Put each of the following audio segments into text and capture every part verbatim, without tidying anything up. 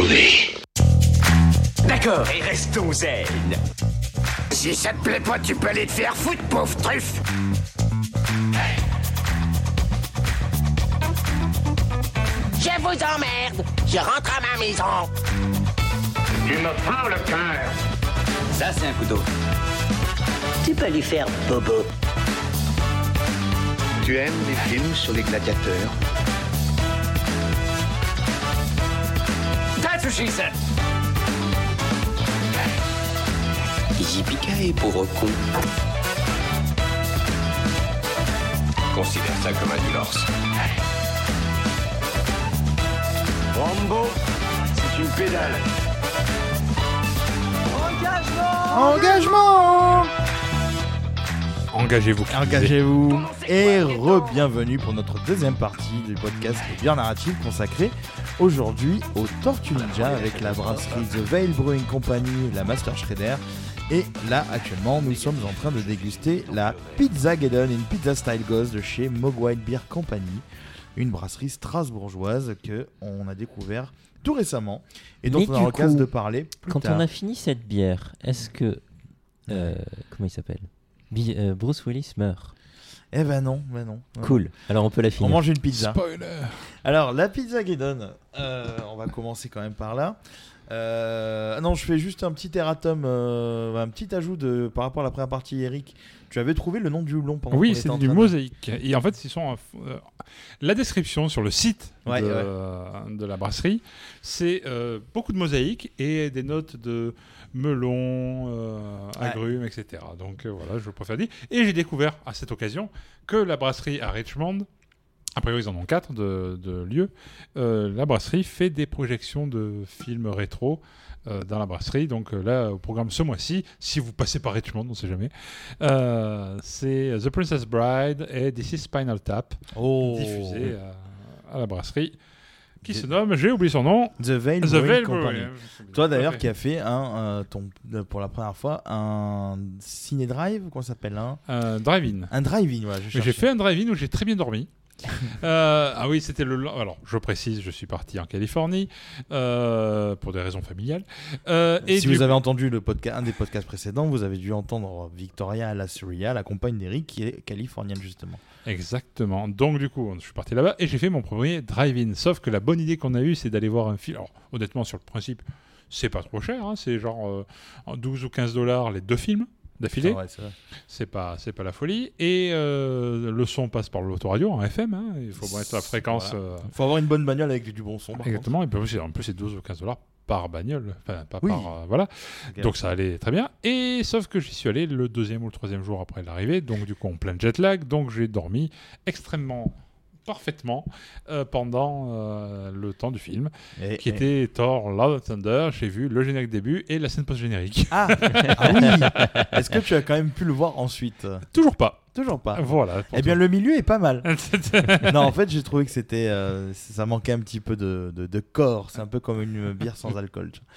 mauvais. D'accord, et restons zen. Si ça te plaît pas, tu peux aller te faire foutre, pauvre truffe. Je vous emmerde. Je rentre à ma maison. Tu me prends le cœur. Ça, c'est un couteau. Tu peux lui faire bobo. Tu aimes les films sur les gladiateurs? That's what she said. Yippee-ki-yay, pauvre con. Considère ça comme un divorce. Rambo, c'est une pédale. Engagement. Engagez-vous. Engagez-vous et re-bienvenue pour notre deuxième partie du podcast Les Bières Narratives consacré aujourd'hui aux Tortues Ninja avec la brasserie The Veil Brewing Company, la Master Shredder. Et là, actuellement, nous sommes en train de déguster la Pizza Geddon, une pizza style ghost de chez Mogwai Beer Company, une brasserie strasbourgeoise qu'on a découvert tout récemment et dont Mais on a du l'occasion coup, de parler plus Quand tard. on a fini cette bière, est-ce que... Euh, comment il s'appelle Bi- euh, Bruce Willis meurt. Eh ben non, ben non. Cool, alors on peut la finir. On mange une pizza. Spoiler. Alors, la Pizza Geddon, euh, on va commencer quand même par là. Euh, non, je fais juste un petit erratum, euh, un petit ajout de, par rapport à la première partie, Eric. Tu avais trouvé le nom du houblon pendant Oui, qu'on était c'est en du train de- mosaïque. Et en fait, ils sont, euh, la description sur le site Ouais, de, ouais. euh, de la brasserie, c'est euh, beaucoup de mosaïque et des notes de melon, euh, Ouais. agrumes, et cetera. Donc euh, voilà, je préfère dire. Et j'ai découvert à cette occasion que la brasserie à Richmond, a priori ils en ont quatre de, de lieux, euh, la brasserie fait des projections de films rétro euh, dans la brasserie. Donc euh, là, au programme ce mois-ci, si vous passez par Richmond, on ne sait jamais, euh, c'est The Princess Bride et This is Spinal Tap, Oh. diffusés à, à la brasserie, qui se nomme, j'ai oublié son nom, The Veil The Brewing Veil Company. Brewing. Toi d'ailleurs Tout à qui fait. a fait un, euh, ton, euh, pour la première fois un ciné drive, comment ça s'appelle hein Un drive-in. Un drive-in, voilà. je Mais cherchais. j'ai fait un drive-in où j'ai très bien dormi. Euh, ah oui, c'était le. lan- Alors, je précise, je suis parti en Californie euh, pour des raisons familiales. Euh, et si du vous avez entendu le podcast, un des podcasts précédents, vous avez dû entendre Victoria Lassuria, la compagne d'Eric, qui est californienne justement. Exactement. Donc, du coup, je suis parti là-bas et j'ai fait mon premier drive-in. Sauf que la bonne idée qu'on a eue, c'est d'aller voir un film. Alors, honnêtement, sur le principe, c'est pas trop cher. Hein. C'est genre euh, douze ou quinze dollars les deux films d'affilée. Ah ouais, c'est vrai. C'est pas, c'est pas la folie. Et euh, le son passe par l'autoradio en F M. Hein. Il faut mettre la fréquence. Voilà. euh, Faut avoir une bonne bagnole avec du bon son. par Exactement. Et puis, en plus, en plus, c'est douze ou quinze dollars par bagnole. Enfin, pas Oui. par. euh, voilà. contre. Ok. Donc, ça allait très bien. Et sauf que j'y suis allé le deuxième ou le troisième jour après l'arrivée. Donc, du coup, en plein jet lag. Donc, j'ai dormi extrêmement parfaitement euh, pendant euh, le temps du film Et- qui et- était Thor Love and Thunder. J'ai vu le générique début et la scène post-générique. Ah, ah oui. Est-ce que tu as quand même pu le voir ensuite? Toujours pas. Toujours pas. Voilà. Eh bien, le milieu est pas mal. le... Non, en fait, j'ai trouvé que c'était, euh, ça manquait un petit peu de, de, de corps. C'est un peu comme une bière sans alcool. tu vois.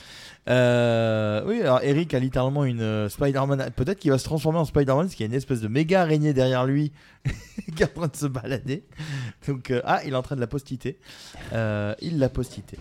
Euh, oui, alors Eric a littéralement une euh, Spider-Man. Peut-être qu'il va se transformer en Spider-Man parce qu'il y a une espèce de méga araignée derrière lui qui est en train de se balader. Donc, euh, ah, il est en train de la postiter. Euh, il l'a postité.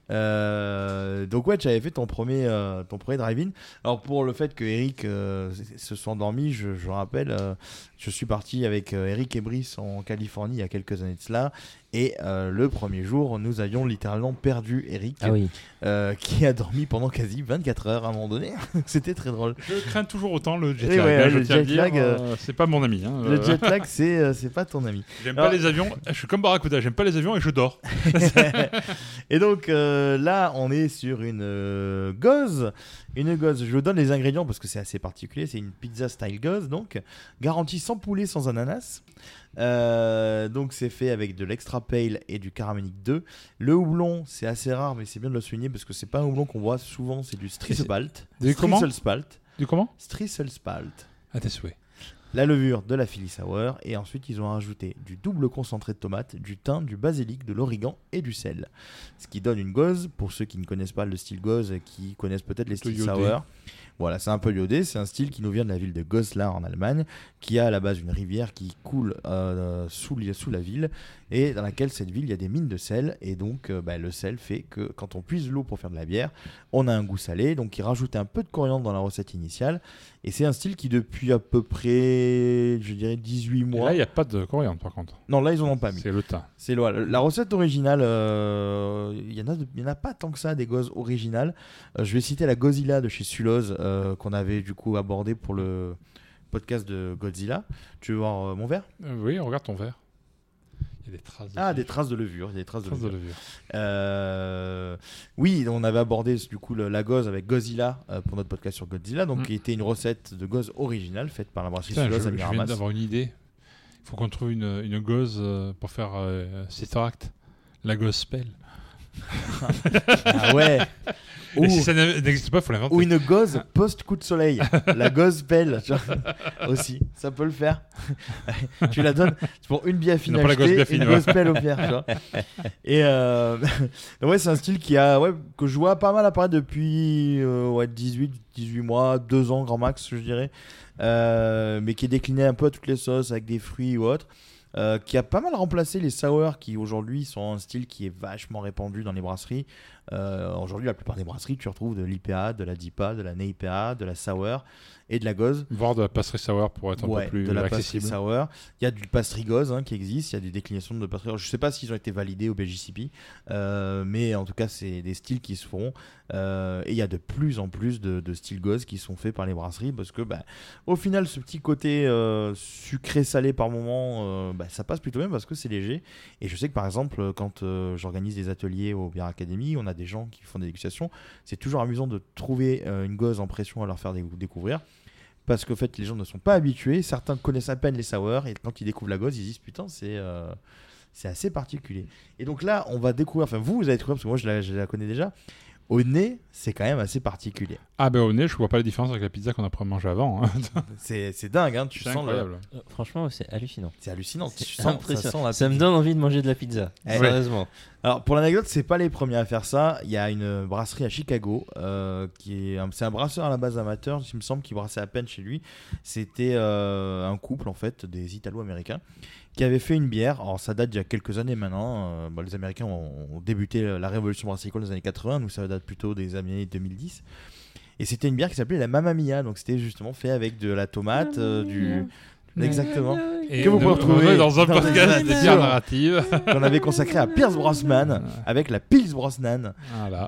Euh, donc ouais, tu avais fait ton premier, euh, ton premier drive-in. Alors pour le fait que Eric euh, se soit endormi, je, je rappelle, euh, je suis parti avec euh, Eric et Brice en Californie il y a quelques années de cela. Et euh, le premier jour, nous avions littéralement perdu Eric, Ah oui. euh, qui a dormi pendant quasi vingt-quatre heures à un moment donné. C'était très drôle. Je crains toujours autant le jet Et lag. ouais, hein, je le tiens à jet dire, lag, euh, euh, c'est pas mon ami. Hein, Le euh, jet lag, c'est euh, c'est pas ton ami. J'aime Alors- pas les avions. Je suis comme Barracuda. J'aime pas les avions et je dors. Et donc euh, là, on est sur une euh, gauze. Une gauze, je vous donne les ingrédients parce que c'est assez particulier. C'est une pizza style gauze, donc garantie sans poulet, sans ananas. Euh, donc c'est fait avec de l'extra pale et du caramelic deux. Le houblon, c'est assez rare, mais c'est bien de le souligner parce que c'est pas un houblon qu'on voit souvent. C'est du Strisselspalt. Du comment Strisselspalt. Du comment Strisselspalt. À tes souhaits. La levure de la Philly Sour, et ensuite ils ont rajouté du double concentré de tomate, du thym, du basilic, de l'origan et du sel. Ce qui donne une gauze, pour ceux qui ne connaissent pas le style gauze, qui connaissent peut-être les styles iodé. sour. Voilà, c'est un peu iodé, c'est un style qui nous vient de la ville de Goslar en Allemagne, qui a à la base une rivière qui coule euh, sous, li- sous la ville et dans laquelle cette ville, il y a des mines de sel, et donc euh, bah, le sel fait que quand on puise l'eau pour faire de la bière, on a un goût salé, donc ils rajoutent un peu de coriandre dans la recette initiale, et c'est un style qui depuis à peu près, je dirais dix-huit Et mois... là, il n'y a pas de coriandre par contre. Non, là ils en ont pas mis. C'est le thym. C'est la, la recette originale, euh, il y en a, il y en a pas tant que ça des gozes originales. Euh, je vais citer la Godzilla de chez Sulose euh, qu'on avait du coup abordé pour le podcast de Godzilla. Tu veux voir euh, mon verre? Euh, oui, regarde ton verre. Il y a des traces de Ah, fil. des traces de levure, il y a des traces de Traces de levure. levure. Euh, oui, on avait abordé du coup le- la goze avec Godzilla euh, pour notre podcast sur Godzilla, donc Mm. qui était une recette de goze originale faite par la brasserie Putain, je, Sulose à je viens Miramas. d'avoir une idée. Il faut qu'on trouve une, une gauze euh, pour faire euh, Sitract. La gospel. Ah ouais. Et Ou, si ça n'a- n'existe pas, il faut l'inventer. ou une goze post coup de soleil, la goze pelle tu vois, aussi, ça peut le faire. Tu la donnes pour une biafine Non, pas la achetée, goze biafine, une ouais. goze pelle au pire. Tu vois. Et euh, ouais, c'est un style qui a, ouais, que je vois pas mal apparaître depuis euh, ouais, dix-huit, dix-huit mois, deux ans grand max, je dirais. Euh, mais qui est décliné un peu à toutes les sauces avec des fruits ou autres. Euh, qui a pas mal remplacé les sours qui aujourd'hui sont un style qui est vachement répandu dans les brasseries. Euh, aujourd'hui, la plupart des brasseries, tu retrouves de l'I P A, de la D I P A, de la N E I P A, de la sour et de la goze. Voire de la passerie sour pour être un Ouais, peu plus de la accessible. pastry sour. Il y a du pastry goze hein, qui existe, il y a des déclinations de pastry. Je sais pas s'ils ont été validés au B J C P, euh, mais en tout cas, c'est des styles qui se font. Euh, et il y a de plus en plus de, de styles goze qui sont faits par les brasseries parce que, bah, au final, ce petit côté euh, sucré-salé par moment, euh, bah, ça passe plutôt bien parce que c'est léger. Et je sais que par exemple, quand euh, j'organise des ateliers au Bière Academy, on a des gens qui font des dégustations. C'est toujours amusant de trouver euh, une goze en pression à leur faire dé- découvrir. Parce qu'en fait, les gens ne sont pas habitués. Certains connaissent à peine les sours. Et quand ils découvrent la goze, ils disent putain, c'est, euh, c'est assez particulier. Et donc là, on va découvrir. Enfin, vous, vous allez découvrir, parce que moi, je la, je la connais déjà. Au nez, c'est quand même assez particulier. Ah ben au nez, je vois pas la différence avec la pizza qu'on a mangé avant. Hein. C'est, c'est dingue, hein. Tu C'est sens le- incroyable. Euh, Franchement, c'est hallucinant. C'est hallucinant. C'est Tu sens, ça impressionnant. sent la Ça me pizza. donne envie de manger de la pizza. Eh, Sérieusement. Alors pour l'anecdote, c'est pas les premiers à faire ça. Il y a une brasserie à Chicago euh, qui est, un- c'est un brasseur à la base amateur. Il me semble qu'il brassait à peine chez lui. C'était euh, un couple en fait des Italo-Américains qui avait fait une bière. Alors ça date d'il y a quelques années maintenant. Euh, bon, les Américains ont, ont débuté la révolution brassicole dans les années quatre-vingts. Nous ça date plutôt des années deux mille dix. Et c'était une bière qui s'appelait la Mamma Mia. Donc c'était justement fait avec de la tomate, euh, du exactement. Et Que vous pouvez nous- retrouver on est dans un dans podcast des des émissions. bières narratives. Qu'on avait consacré à Pierce Brosnan avec la Pils Brosnan. Voilà.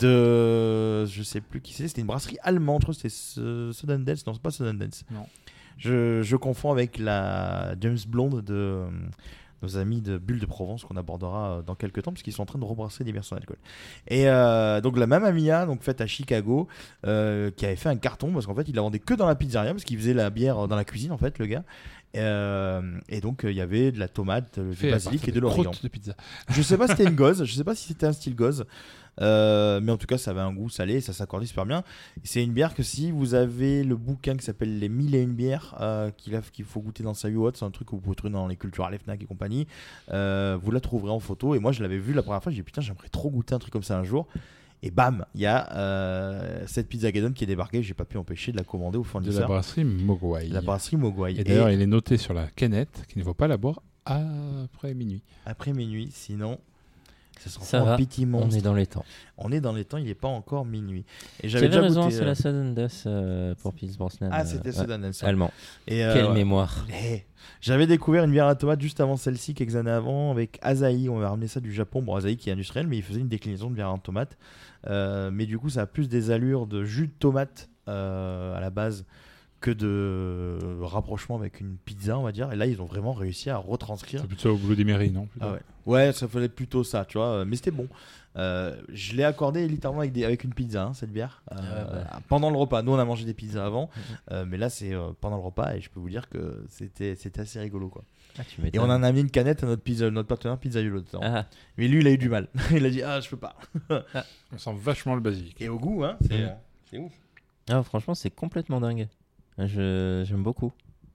De je sais plus qui c'était, c'était une brasserie allemande, je crois que c'était Su- Sudendance, non c'est pas Sudendance. Non. Je, je confonds avec la James Blonde de euh, nos amis de Bulle de Provence qu'on abordera euh, dans quelques temps parce qu'ils sont en train de rebrasser des bières sans alcool. Et euh, donc la Mamma Mia, donc faite à Chicago, euh, qui avait fait un carton parce qu'en fait il la vendait que dans la pizzeria parce qu'il faisait la bière dans la cuisine en fait le gars. Euh, et donc il euh, y avait de la tomate, euh, du Fait à basilic partir et de l'origan. croûtes de pizza. Je sais pas si c'était une goze, je sais pas si c'était un style goze, euh, mais en tout cas ça avait un goût salé, ça s'accordait super bien. C'est une bière que si vous avez le bouquin qui s'appelle Les mille et une bières, euh, qu'il, a- qu'il faut goûter dans sa vie ou autre, c'est un truc que vous pouvez trouver dans les culturales, les Fnac et compagnie, euh, vous la trouverez en photo. Et moi je l'avais vu la première fois, j'ai dit putain j'aimerais trop goûter un truc comme ça un jour. Et bam, il y a euh, cette pizza Gaddon qui est débarquée, j'ai pas pu empêcher de la commander au De la fournisseur. brasserie Mogwai. La brasserie Mogwai. Et d'ailleurs, il est noté sur la canette qu'il ne faut pas la boire après minuit. Après minuit, sinon ça sera Ça un va, petit On monstre. est dans les temps. On est dans les temps, il n'est pas encore minuit. Et Tu j'avais avais déjà raison, goûté. c'est euh, la Sudden Death euh, pour Pils Brosnan. Ah, euh, c'était ouais, Sudden Death. Allemand. Et, euh, Quelle ouais. mémoire. Eh, J'avais découvert une bière à tomate juste avant celle-ci, quelques années avant, avec Asahi. On m'a ramené ça du Japon. Bon, Asahi qui est industriel, mais il faisait une déclinaison de bière à tomate. Euh, mais du coup, ça a plus des allures de jus de tomate euh, à la base que de rapprochement avec une pizza, on va dire. Et là, ils ont vraiment réussi à retranscrire. C'est plutôt au Bloody Mary, non plutôt. Ah ouais. Ouais, ça fallait plutôt ça, tu vois. Mais c'était bon. Euh, je l'ai accordé littéralement avec, des, avec une pizza, hein, cette bière, euh, ouais, ouais. pendant le repas. Nous, on a mangé des pizzas avant, Mhm. euh, mais là, c'est euh, pendant le repas et je peux vous dire que c'était, c'était assez rigolo, quoi. Ah, tu Et m'étonnes. on en a mis une canette à notre, pizza, notre partenaire Pizzaïolo l'autre temps. Ah, Mais lui, il a eu du mal. Il a dit ah, je peux pas. On sent vachement le basilic. Et au goût, hein, c'est, Mhm. c'est ouf. ah, franchement, c'est complètement dingue. Je, j'aime beaucoup.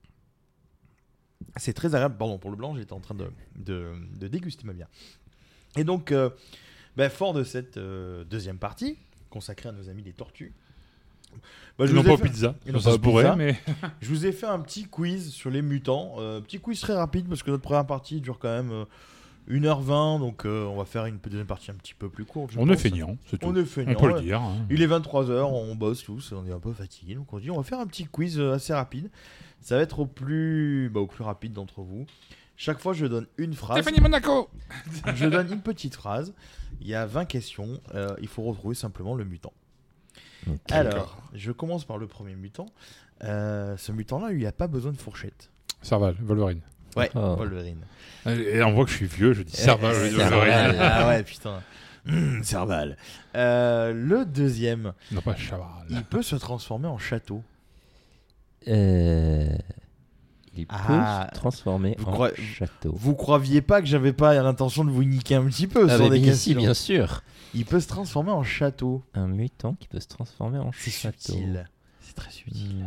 C'est très agréable. Pardon, pour le blanc, j'étais en train de, de, de déguster ma bière. Et donc, euh, ben, fort de cette euh, deuxième partie consacrée à nos amis les tortues. Bah, Ils n'ont vous ai pas fait- pizza. Ils n'ont Ça pas se pourrait, pizza. mais Je vous ai fait un petit quiz sur les mutants. Euh, petit quiz très rapide parce que notre première partie dure quand même, euh, une heure vingt, donc euh, on va faire une deuxième partie un petit peu plus courte. je On pense. est feignant, c'est tout. On est feignant, On peut ouais. le dire. hein. Il est vingt-trois heures, on bosse tous, on est un peu fatigué, donc on dit on va faire un petit quiz euh, assez rapide. Ça va être au plus, bah, au plus rapide d'entre vous. Chaque fois, je donne une phrase. Stéphanie Monaco. Je donne une petite phrase. Il y a vingt questions. euh, il faut retrouver simplement le mutant. Ok. Alors, je commence par le premier mutant. Euh, ce mutant-là, il n'a pas besoin de fourchette. Serval, Wolverine. Ouais, Oh. Wolverine. Et on voit que je suis vieux, je dis Serval, je dis Serval. Wolverine. Ah ouais, putain. Mmh, Serval. Euh, le deuxième, Non, pas Chaval. il peut se transformer en château. Euh, Il peut Ah. se transformer Vous en croyez- château. Vous croiviez pas que j'avais pas l'intention de vous niquer un petit peu Ah sur bah, des bien questions. si, bien sûr. Il peut se transformer en château. Un mutant qui peut se transformer en C'est château. subtil. C'est très subtil.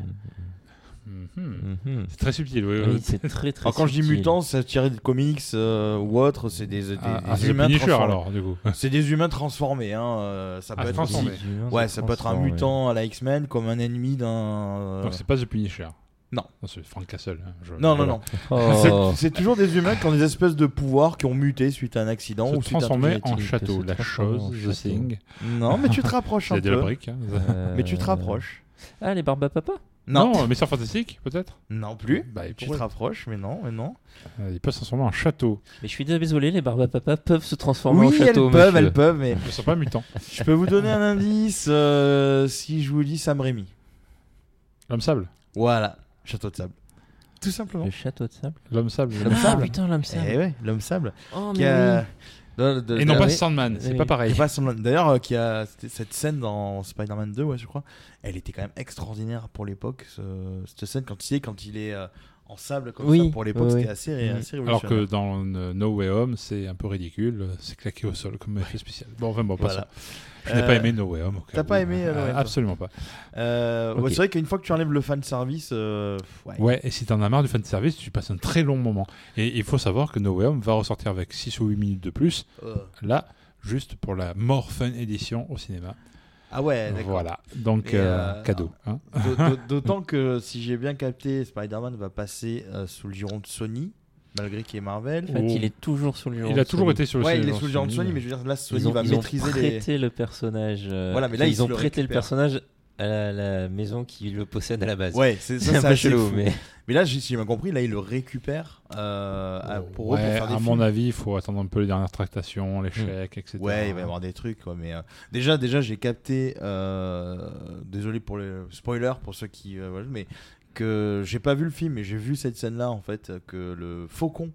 Mhm. Mhm. Mhm. C'est très subtil, oui. Oui, oui. c'est très très Alors quand je dis subtil. mutant, c'est tiré de comics euh, ou autre, c'est des, des, Ah, des ah, c'est le humains Punisher transformés. alors, du coup. C'est des humains transformés. Hein. euh, ça peut Ah, être transformés. aussi- Des humains Ouais, se ça peut être un transforment, mutant à la X-Men comme un ennemi d'un. euh, Donc c'est pas The Punisher. Non. C'est Frank Castle. hein, je- Non, non, voilà. non. oui. C'est- Oh. C'est toujours des humains qui ont des espèces de pouvoirs qui ont muté suite à un accident Se ou suite à un truc transformer en génétique. château, se la transformer chose, en the château. thing. Non, mais tu te rapproches un C'est de la peu. brique. hein. Euh, Mais tu te rapproches. Ah, les barbes à papa. Non, Non, Mister Fantastic, peut-être. non plus. Bah, et Tu te pourquoi rapproches, mais non, mais non. Euh, Il peut se transformer en château. Mais je suis désolé, les barbes à papa peuvent se transformer en Oui, château. elles peuvent, monsieur. elles peuvent, mais Ils ne sont pas mutants. je peux vous donner un indice euh, si je vous dis Sam Raimi. L'homme sable. Voilà, château de sable. Tout simplement. Le château de sable. L'homme sable. L'homme Ah sable. putain, l'homme sable. Eh ouais, l'homme sable. Oh, Qui mais a- oui. de- de- Et non de- pas oui. Sandman, c'est Oui. pas pareil. Et pas Sandman. D'ailleurs, euh, qui a c'était cette scène dans Spider-Man deux, ouais, je crois. Elle était quand même extraordinaire pour l'époque. ce- Cette scène, quand, tu sais, quand il est euh, en sable comme Oui, ça, pour l'époque, oui, c'était oui. assez, Mhm. assez Alors que révolutionnaire. dans euh, No Way Home, c'est un peu ridicule, euh, c'est claqué au sol comme effet spécial. Bon, enfin bon, passons. Voilà. Je n'ai Euh, pas aimé No Way Home. au cas t'as où. pas aimé, euh, No Way Home, toi Absolument pas. Euh, Ok. ouais, c'est vrai qu'une fois que tu enlèves le fan service, euh, ouais. Ouais, et si t'en as marre du fan service, tu passes un très long moment. Et il faut savoir que No Way Home va ressortir avec six ou huit minutes de plus, Euh, là, juste pour la More Fun Edition au cinéma. Ah ouais, d'accord. Voilà, donc Et, euh, euh, cadeau. hein. D'au- d'au- D'autant que si j'ai bien capté, Spider-Man va passer euh, sous le giron de Sony, malgré qu'il est Marvel. En fait, Oh. il est toujours sous le giron Il a de toujours Sony. été sur le Ouais, il est cinéma sous le giron de Sony, mais je veux dire, là, Sony Ils ont, va ils ont maîtriser les. prêté le personnage. euh, Voilà, mais là, ils, ils ont le prêté le récupèrent. personnage à la, la maison qui le possède à la base. Ouais, c'est c'est ça, un c'est peu assez chelou, fou. mais Mais là, j'ai- si j'ai bien compris, là, il le récupère euh, à- pour, eux, pour Ouais, faire des à films. mon avis, il faut attendre un peu les dernières tractations, les chèques, et cetera. Ouais, il va y avoir des trucs, quoi. Mais euh, déjà, déjà, j'ai capté. euh, désolé pour les spoilers pour ceux qui, euh, voilà, mais que j'ai pas vu le film, mais j'ai vu cette scène-là, en fait, que le Faucon,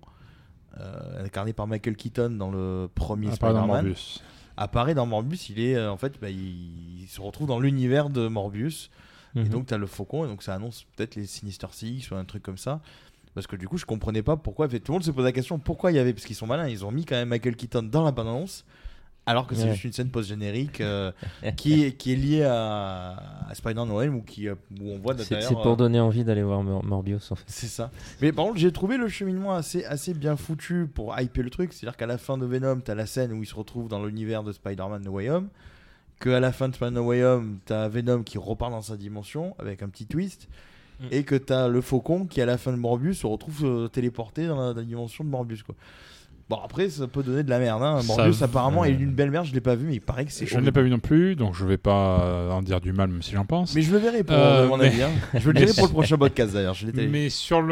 euh, incarné par Michael Keaton dans le premier À part dans Spider-Man, Morbius. apparaît dans Morbius. Il est, euh, en fait, bah, il, il se retrouve dans l'univers de Morbius. Et Mhm. donc, tu as le Faucon, et donc ça annonce peut-être les Sinister Six ou un truc comme ça. Parce que du coup, je comprenais pas pourquoi. Tout le monde se pose la question pourquoi il y avait. Parce qu'ils sont malins, ils ont mis quand même Michael Keaton dans la bande-annonce. Alors que c'est Ouais. juste une scène post-générique euh, qui, est, qui est liée à, à Spider-Man Noël ou qui, euh, où on voit c'est d'ailleurs. c'est pour euh, donner envie d'aller voir Mor- Morbius en fait. c'est ça. Mais par contre, j'ai trouvé le cheminement assez, assez bien foutu pour hyper le truc. C'est-à-dire qu'à la fin de Venom, t'as la scène où il se retrouve dans l'univers de Spider-Man No Way Home. Qu'à la fin de Spider-Man No Way Home, t'as Venom qui repart dans sa dimension avec un petit twist. Mm. Et que t'as le Faucon qui, à la fin de Morbius, se retrouve euh, téléporté dans la, dans la dimension de Morbius, quoi. Bon, après, ça peut donner de la merde. Hein. Ça Morbius, v- apparemment, euh, est une belle merde. Je l'ai pas vu, mais il paraît que c'est. Je ne l'ai pas vu non plus, donc je vais pas euh, en dire du mal, même si j'en pense. Mais je le verrai pour Euh, euh, mon mais- avis. Hein. Je le mais dirai pour le si- prochain podcast d'ailleurs. Je l'ai téléchargé. Mais sur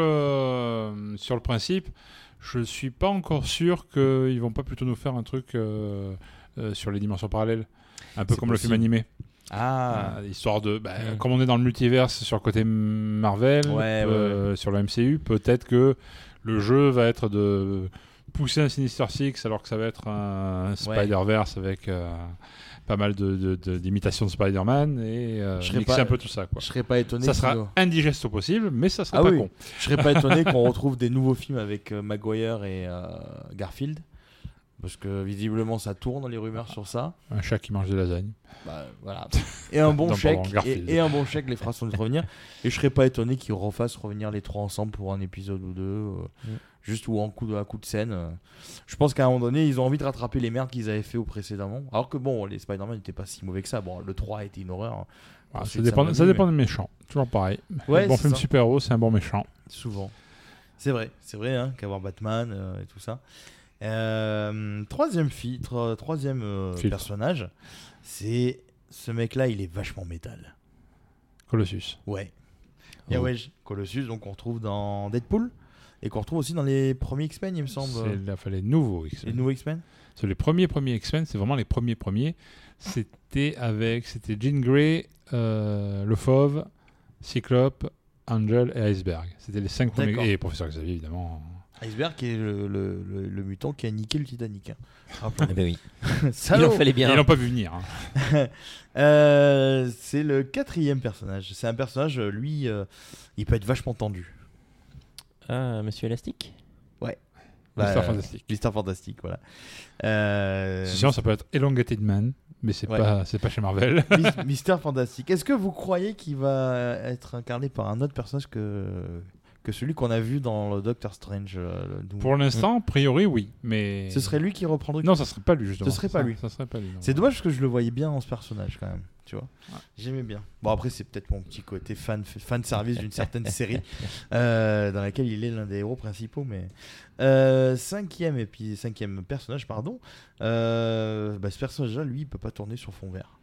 le, sur le principe, je suis pas encore sûr qu'ils vont pas plutôt nous faire un truc euh, euh, sur les dimensions parallèles. Un peu C'est comme le possible. film animé. Ah. Euh, histoire de. Bah, Mm. Comme on est dans le multiverse sur le côté Marvel, Ouais, euh, sur le M C U, peut-être que le jeu va être de pousser un Sinister Six alors que ça va être un Spider-Verse avec euh, pas mal de, de, de- d'imitations de Spider-Man et euh, Je serais mixer pas- un peu tout ça. Quoi. Je serais pas étonné. Ça qu'ils- sera indigeste au possible, mais ça sera Ah pas oui. con. Je serais pas étonné qu'on retrouve des nouveaux films avec euh, Maguire et euh, Garfield. Parce que visiblement ça tourne les rumeurs sur ça. Un chat qui mange des lasagnes. Bah, voilà. Et un bon Non, chèque. pardon, Garfield. et, et un bon chèque les fera sans doute revenir. Et je serais pas étonné qu'ils refassent revenir les trois ensemble pour un épisode ou deux. euh, Mm. Juste ou en coup de, à coup de scène. euh. Je pense qu'à un moment donné, ils ont envie de rattraper les merdes qu'ils avaient fait au précédemment. Alors que bon, les Spider-Man n'étaient pas si mauvais que ça. Bon, le trois a été une horreur. hein. Ah, Ensuite, ça dépend, m'a ça mis, dépend mais- des méchants. Toujours pareil. Ouais, un bon c'est film ça. super-héros, c'est un bon méchant. Souvent. C'est vrai, c'est vrai hein, qu'avoir Batman euh, et tout ça. Euh, troisième fille, tro- troisième euh, Filtre. personnage, c'est ce mec-là, il est vachement métal. Colossus. Ouais. Et Oh. ouais, j- Colossus, donc on retrouve dans Deadpool et qu'on retrouve aussi dans les premiers X-Men, il me semble. C'est la, enfin, les nouveaux Les X-Men. nouveaux X-Men. C'est les premiers premiers X-Men, c'est vraiment les premiers premiers. C'était avec, c'était Jean Grey, euh, le Fauve, Cyclope, Angel et Iceberg. C'était les cinq premiers. D'accord. Et Professeur Xavier, évidemment. Iceberg qui est le, le, le, le mutant qui a niqué le Titanic. Hein. Ah Rappelons-le. bah oui. Il Salaud. en fallait Ils bien. l'ont pas vu venir. hein. Euh, c'est le quatrième personnage. C'est un personnage, lui, euh, il peut être vachement tendu. Ah, Monsieur Élastique. Mister Bah, Fantastique. Mister Fantastique, voilà. Euh, Sinon, ça peut être Elongated Man, mais c'est Ouais. pas, c'est pas chez Marvel. Mis- Mister Fantastique. Est-ce que vous croyez qu'il va être incarné par un autre personnage que, que celui qu'on a vu dans le Doctor Strange euh, le nouveau Pour l'instant, a priori, oui, mais Ce serait lui qui reprendrait. non, ça serait pas lui justement. Ce serait pas Ça- lui. Ça serait pas lui. non. C'est dommage parce que je le voyais bien dans ce personnage quand même, tu vois. Ouais. J'aimais bien. Bon après c'est peut-être mon petit côté fan fan service d'une certaine série euh, dans laquelle il est l'un des héros principaux, mais euh, cinquième et puis cinquième personnage pardon. Euh, bah, ce personnage-là lui il peut pas tourner sur fond vert.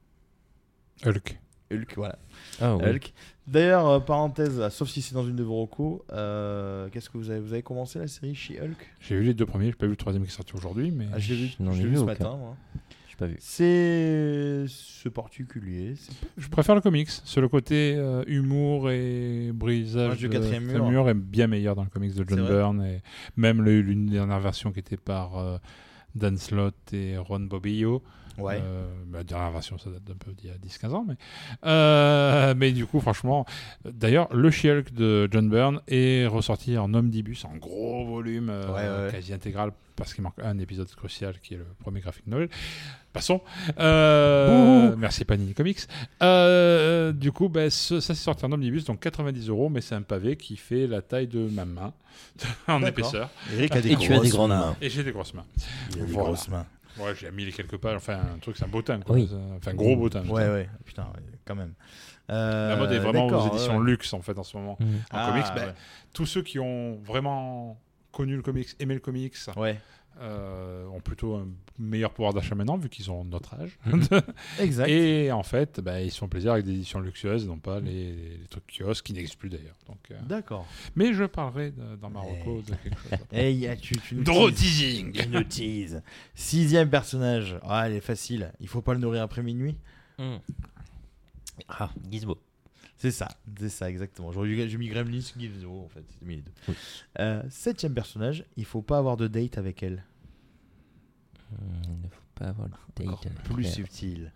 Hulk. Hulk voilà. Ah oui. Hulk. D'ailleurs euh, parenthèse, sauf si c'est dans une de vos recos, euh, qu'est-ce que vous avez vous avez commencé la série chez Hulk? J'ai vu les deux premiers, j'ai pas vu le troisième qui est sorti aujourd'hui, mais Ah, j'ai vu, Je n'en je ai l'ai vu vu ce aucun. matin. Moi. J'ai pas vu. C'est c'est particulier. C'est je préfère le comics. Sur le côté euh, humour et brisage Moi, du de quatrième mur. quatrième est bien meilleur dans le comics de C'est John vrai. Byrne et même le- l'une dernière version qui était par euh, Dan Slott et Ron Bobillo. ouais. Euh, bah, la dernière version, ça date d'un peu d'il y a dix quinze ans. Mais, euh, mais du coup, franchement, d'ailleurs, le She-Hulk de John Byrne est ressorti en omnibus, en gros volume, euh, Ouais, ouais. quasi intégral, parce qu'il manque un épisode crucial qui est le premier graphic novel. Passons. Euh, merci Panini Comics. Euh, du coup, bah, ce- ça s'est sorti en omnibus, donc quatre-vingt-dix euros, mais c'est un pavé qui fait la taille de ma main en D'accord. épaisseur. Eric a des Et tu as des grosses grandes mains. Et j'ai des grosses mains. Il a des Voilà. grosses mains. Ouais, j'ai mis les quelques pages. Enfin, un truc, c'est un beau teint, quoi. Oui. C'est- Enfin, gros beau teint. Ouais, ouais. Putain, ouais, quand même. Euh, La mode est vraiment d'accord, aux éditions ouais. luxe en fait en ce moment. Mhm. En Ah, comics, ben, ouais. tous ceux qui ont vraiment connu le comics, aimé le comics, Ouais, euh, ont plutôt un meilleur pouvoir d'achat maintenant vu qu'ils ont notre âge. exact. Et en fait, ben, ils se font plaisir avec des éditions luxueuses, non pas les, les trucs kiosques qui n'existent plus d'ailleurs. Donc, euh, D'accord. Mais je parlerai de- dans ma reco de quelque chose. après. Et y a, tu, tu nous Draw teases. teasing. Tu nous teases. Sixième personnage. Ah, elle est facile. Il faut pas le nourrir après minuit. Mm. Ah, Gizmo. C'est ça, c'est ça exactement. J'aurais eu- J'ai mis Gremlins, Gizmo en fait. J'ai mis les deux. Oui. Euh, septième personnage. Il faut pas avoir de date avec elle. Mm, Il ne faut pas avoir de date Encore avec plus elle. subtil.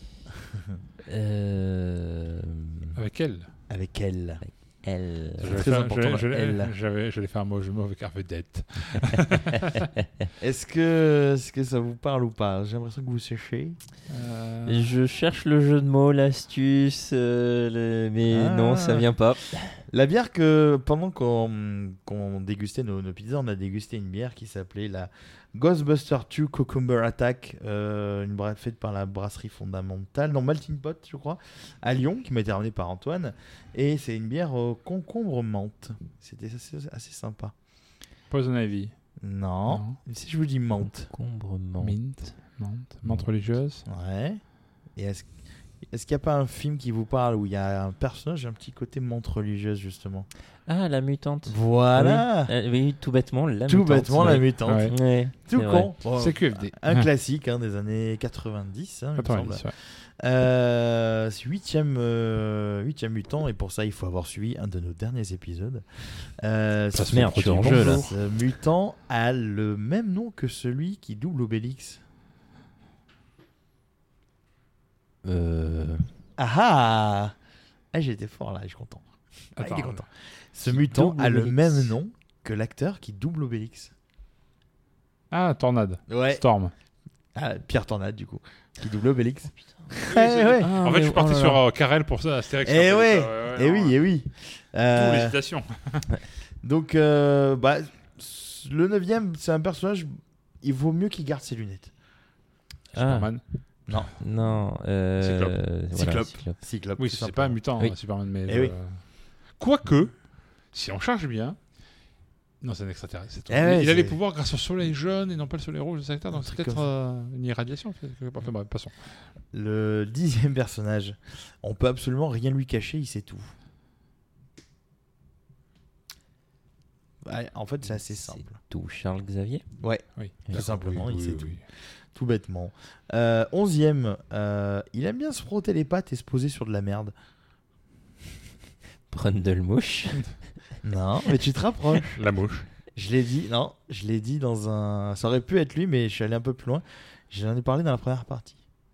Euh, Avec elle. Avec elle. Elle. C'est Je vais très faire- important, je- je- elle. j'avais- J'allais faire un mot jumeau avec Harvey Dent. Est-ce que, est-ce que ça vous parle ou pas? J'ai l'impression que vous séchez. Euh, Je cherche le jeu de mots, l'astuce, euh, le- mais Ah. non, ça vient pas. La bière que pendant qu'on qu'on dégustait nos, nos pizzas, on a dégusté une bière qui s'appelait la Ghostbuster deux Cucumber Attack, euh, une bière faite par la brasserie fondamentale, non Malting Pot je crois, à Lyon, qui m'a été ramenée par Antoine, et c'est une bière au concombre menthe. C'était assez, assez sympa. Poison Ivy. Non. Non. Si je vous dis menthe. Concombrement. Mint. Menthe. Menthe religieuse. Ouais. Et est-ce est-ce qu'il n'y a pas un film qui vous parle où il y a un personnage, un petit côté menthe religieuse justement? Ah, la mutante. Voilà. Oui, Euh, oui, tout bêtement, la Tout mutante. bêtement la ouais. mutante. Ouais. Ouais, Tout c'est vrai. con. Bon, C'est Q F D. un classique hein, des années quatre-vingt-dix, hein, il me quatre-vingt-dix, semble. ouais. Euh, c'est huitième, euh, huitième mutant, et pour ça il faut avoir suivi un de nos derniers épisodes. Euh, Ça ce se merde, petit tu es en jeu, là. Ce mutant a le même nom que celui qui double Obélix. Euh... Ah ah, ah J'étais fort là, je suis content. Ah, il est Attends. content. Ce mutant double a le Obélix. même nom que l'acteur qui double Obélix. Ah, Tornade. Ouais. Storm. Ah, Pierre Tornade du coup, qui double Obélix. c'est- Ouais, ouais. Ah, en fait, mais je suis parti oh là sur là. euh, Carrel pour ça, Astérix. Eh en fait, ouais, ça, ouais, Eh non, oui, eh oui. D'où Euh, l'hésitation. Donc, euh, bah, le neuvième, c'est un personnage. Il vaut mieux qu'il garde ses lunettes. Ah, Superman. non. Euh... Cyclope. voilà, Cyclope. Cyclope. Oui, tout c'est simplement. pas un mutant, Oui. hein, Superman, mais. Eh oui. euh, Quoique, si on charge bien, Non, c'est un extraterrestre. c'est tout. Eh ouais, il a les c'est- pouvoirs grâce au soleil jaune et non pas le soleil rouge de Sagittaire, donc Un c'est truc peut-être comme ça. euh, une irradiation. Enfin, bref, passons. Le dixième personnage, on peut absolument rien lui cacher, il sait tout. Ouais, en fait, c'est assez C'est simple. tout. Charles Xavier. Ouais, Oui, tout d'accord, simplement, oui, il oui, sait oui, tout. oui. Tout bêtement. Euh, onzième, euh, il aime bien se frotter les pattes et se poser sur de la merde. Brundlemouche. Non, mais tu te rapproches. La mouche. Je l'ai dit, non, je l'ai dit dans un. Ça aurait pu être lui, mais je suis allé un peu plus loin. J'en ai parlé dans la première partie.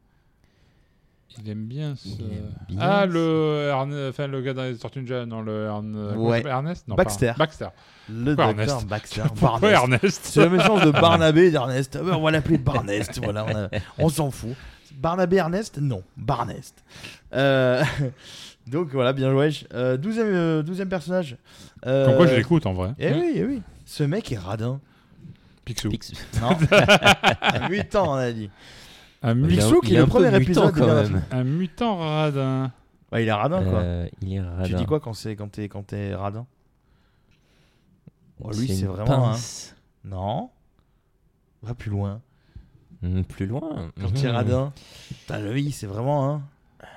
Il aime bien ce... Il aime bien Ah, ce- le... Erne- enfin, le gars dans les Tortues Ninja, non, le... Erne- comment Ouais. il s'appelle, Ernest non, Baxter. pas- Baxter. Le Pourquoi docteur Ernest Baxter. Pourquoi Barnest. Ernest C'est le méchant de Barnabé et d'Ernest. Ah ben, on va l'appeler Barnest. Voilà, on, a- on s'en fout. Barnabé Ernest non, Barnest. Euh, donc voilà, bien joué. Euh, douzième, euh, douzième personnage. Euh, Comme quoi, je l'écoute, en vrai. Eh oui, eh oui. Ce mec est radin. Picsou. Pix- Non. Un mutant, on a dit. Un, mu- Il est un- Picsou, qui il est est le un peu premier mutant, épisode. quand de- même. un mutant radin. Bah, il est radin, quoi. Euh, il est radin. Tu dis quoi quand c'est quand t'es quand t'es radin? Oh, lui, c'est une vraiment, pince. Non. Va plus loin. Hmm, plus loin. Quand t'es Mhm. radin. T'as lui, c'est vraiment un.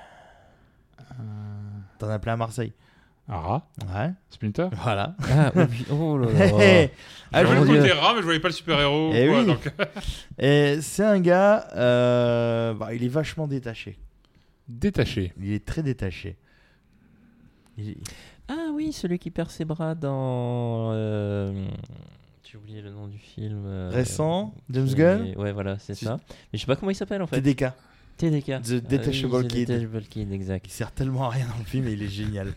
Euh, T'en as plein à Marseille. Un rat. Ouais. Splinter. Voilà. Ah, oui. Oh là Hé, là. hé. Ah, je je mon voyais vous Dieu. des rats, mais je voyais pas le super-héros. Eh quoi, oui. donc... Et c'est un gars, euh, bah, il est vachement détaché. Détaché. Il est très détaché. Il- Ah oui, celui qui perd ses bras dans. euh, J'ai oublié le nom du film. euh, Récent, James qui- Gunn, Ouais, voilà, c'est Si- ça. Mais je sais pas comment il s'appelle en fait. T D K. T D K. The Detachable Ah oui, The Kid. Detachable Kid, exact. Il sert tellement à rien dans le film et il est génial.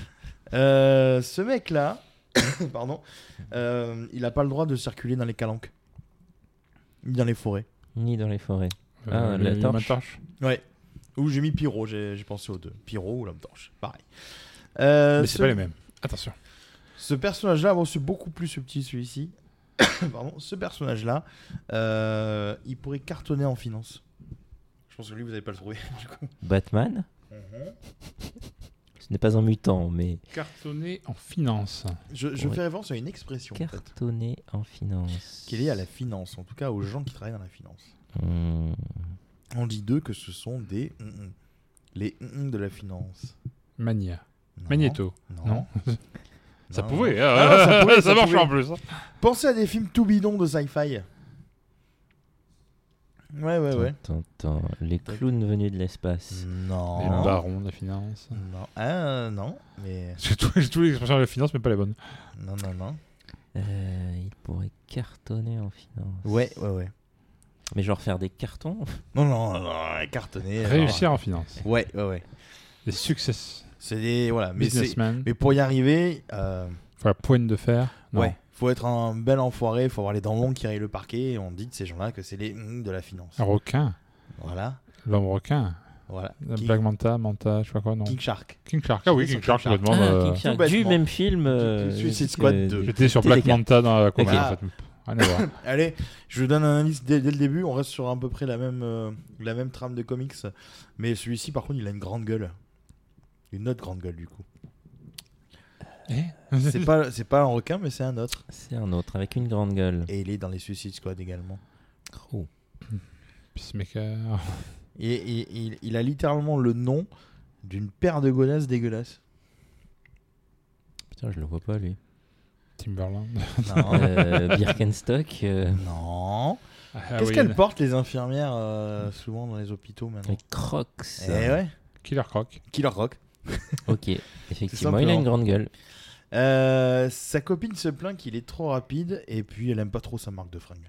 Euh, ce mec-là, pardon, euh, il a pas le droit de circuler dans les calanques, ni dans les forêts. Ni dans les forêts. Ah, Euh, la le- torche. ma torche. Ouais. Ou j'ai mis Pyro, j'ai j'ai pensé aux deux. Pyro ou lampe torche, pareil. Euh, Mais ce- c'est pas les mêmes. Attention. Ce personnage-là, bon, c'est beaucoup plus subtil celui-ci. Pardon, ce personnage-là, euh, il pourrait cartonner en finance. Je pense que lui, vous n'avez pas le trouvé. Du coup. Batman. Ce n'est pas un mutant, mais Cartonné en finance. Je, je Ouais. fais référence à une expression, en fait, cartonné en finance. qui est liée à la finance, en tout cas aux gens qui travaillent dans la finance. Hmm. On dit d'eux que ce sont des mm, mm. les mm, mm de la finance. Mania. Non. Magneto. Non. Non. Ça Non. pouvait. Ah, hein. ça pouvait, ça marche pouvait. en plus. hein. Pensez à des films tout bidons de sci-fi. Ouais, ouais, ouais. Attends, attends. Les clowns venus de l'espace. Non. Les barons de la finance. Non. Ah, non. Mais. J'ai tous j'ai tous les expressions de la finance, mais pas les bonnes. Non, non, non. Euh, il pourrait cartonner en finance. Ouais, ouais, ouais. Mais genre faire des cartons. Non, non, non, cartonné. Réussir en finance. Ouais, ouais, ouais. Des success. C'est des. Voilà. Mais, c'est... Businessman. mais pour y arriver, euh, Faut la poigne de fer. Non. ouais. Faut être un bel enfoiré, faut avoir les dents longues qui rayent le parquet. Et on dit de ces gens-là que c'est les mm de la finance. Un requin. Voilà. L'homme requin. Voilà. La King, Black Manta, Manta, je sais pas quoi, non. King Shark. King Shark. Ah oui, J'étais King sur Shark, King Shark. complètement. Ah, euh, King Shark, tout du bêtement. même film. euh, Suicide que- Squad deux. J'étais sur Black T D K. Manta dans la comédie, Voilà. en fait. Rien à voir. Allez, je vous donne un indice dès, dès le début. On reste sur à peu près la même, euh, la même trame de comics. Mais celui-ci, par contre, il a une grande gueule. Une autre grande gueule, du coup. Eh C'est pas, c'est pas un requin, mais c'est un autre. C'est un autre avec une grande gueule. Et il est dans les Suicide Squad également. Oh. Peacemaker. Et, et- il, il a littéralement le nom d'une paire de godasses dégueulasses. Putain, je le vois pas lui. Timberland. Non. Euh, Birkenstock. euh, non. Ah, Qu'est-ce oui, qu'elles portent, les infirmières, euh, souvent dans les hôpitaux maintenant? Les Crocs. Eh ouais. Killer Croc. Killer Rock. Ok, effectivement, il a une grande gueule. Euh, sa copine se plaint qu'il est trop rapide et puis elle aime pas trop sa marque de fringues.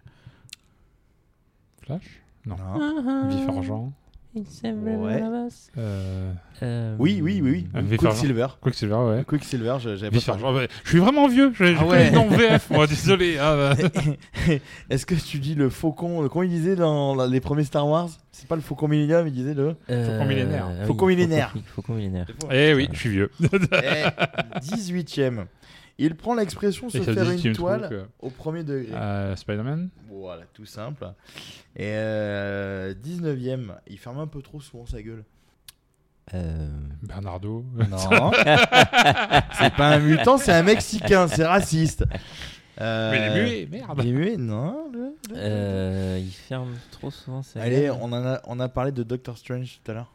Flash. Non. Non. Vif Argent. Ouais. Euh... Euh, Oui, oui, oui, Un oui. Vif Quicksilver. Quicksilver, ouais. Quicksilver, je- j'avais pas Vif parlé. Argent. ouais. Je suis vraiment vieux. J'ai Ah j'ai ouais. que les noms V F, moi, désolé. Ah, bah. Est-ce que tu dis le faucon, comment il disait dans la- les premiers Star Wars? C'est pas le faucon millénaire, il disait le... euh, Faucon millénaire. ah oui, Faucon millénaire. Faucon, Faucon millénaire. Eh oui, je suis vieux. Eh, dix-huitième. Il prend l'expression se Et ça faire dit une qu'il me toile trouve que- au premier degré. Euh, Spider-Man. Voilà, tout simple. Et euh, dix-neuvième, il ferme un peu trop souvent sa gueule. Euh, Bernardo. Non. C'est pas un mutant, c'est un Mexicain, c'est raciste. Euh, Mais il est muet, merde. Il est muet, non le- le- Euh, il ferme trop souvent sa Allez, gueule. on, en a, on a parlé de Doctor Strange tout à l'heure.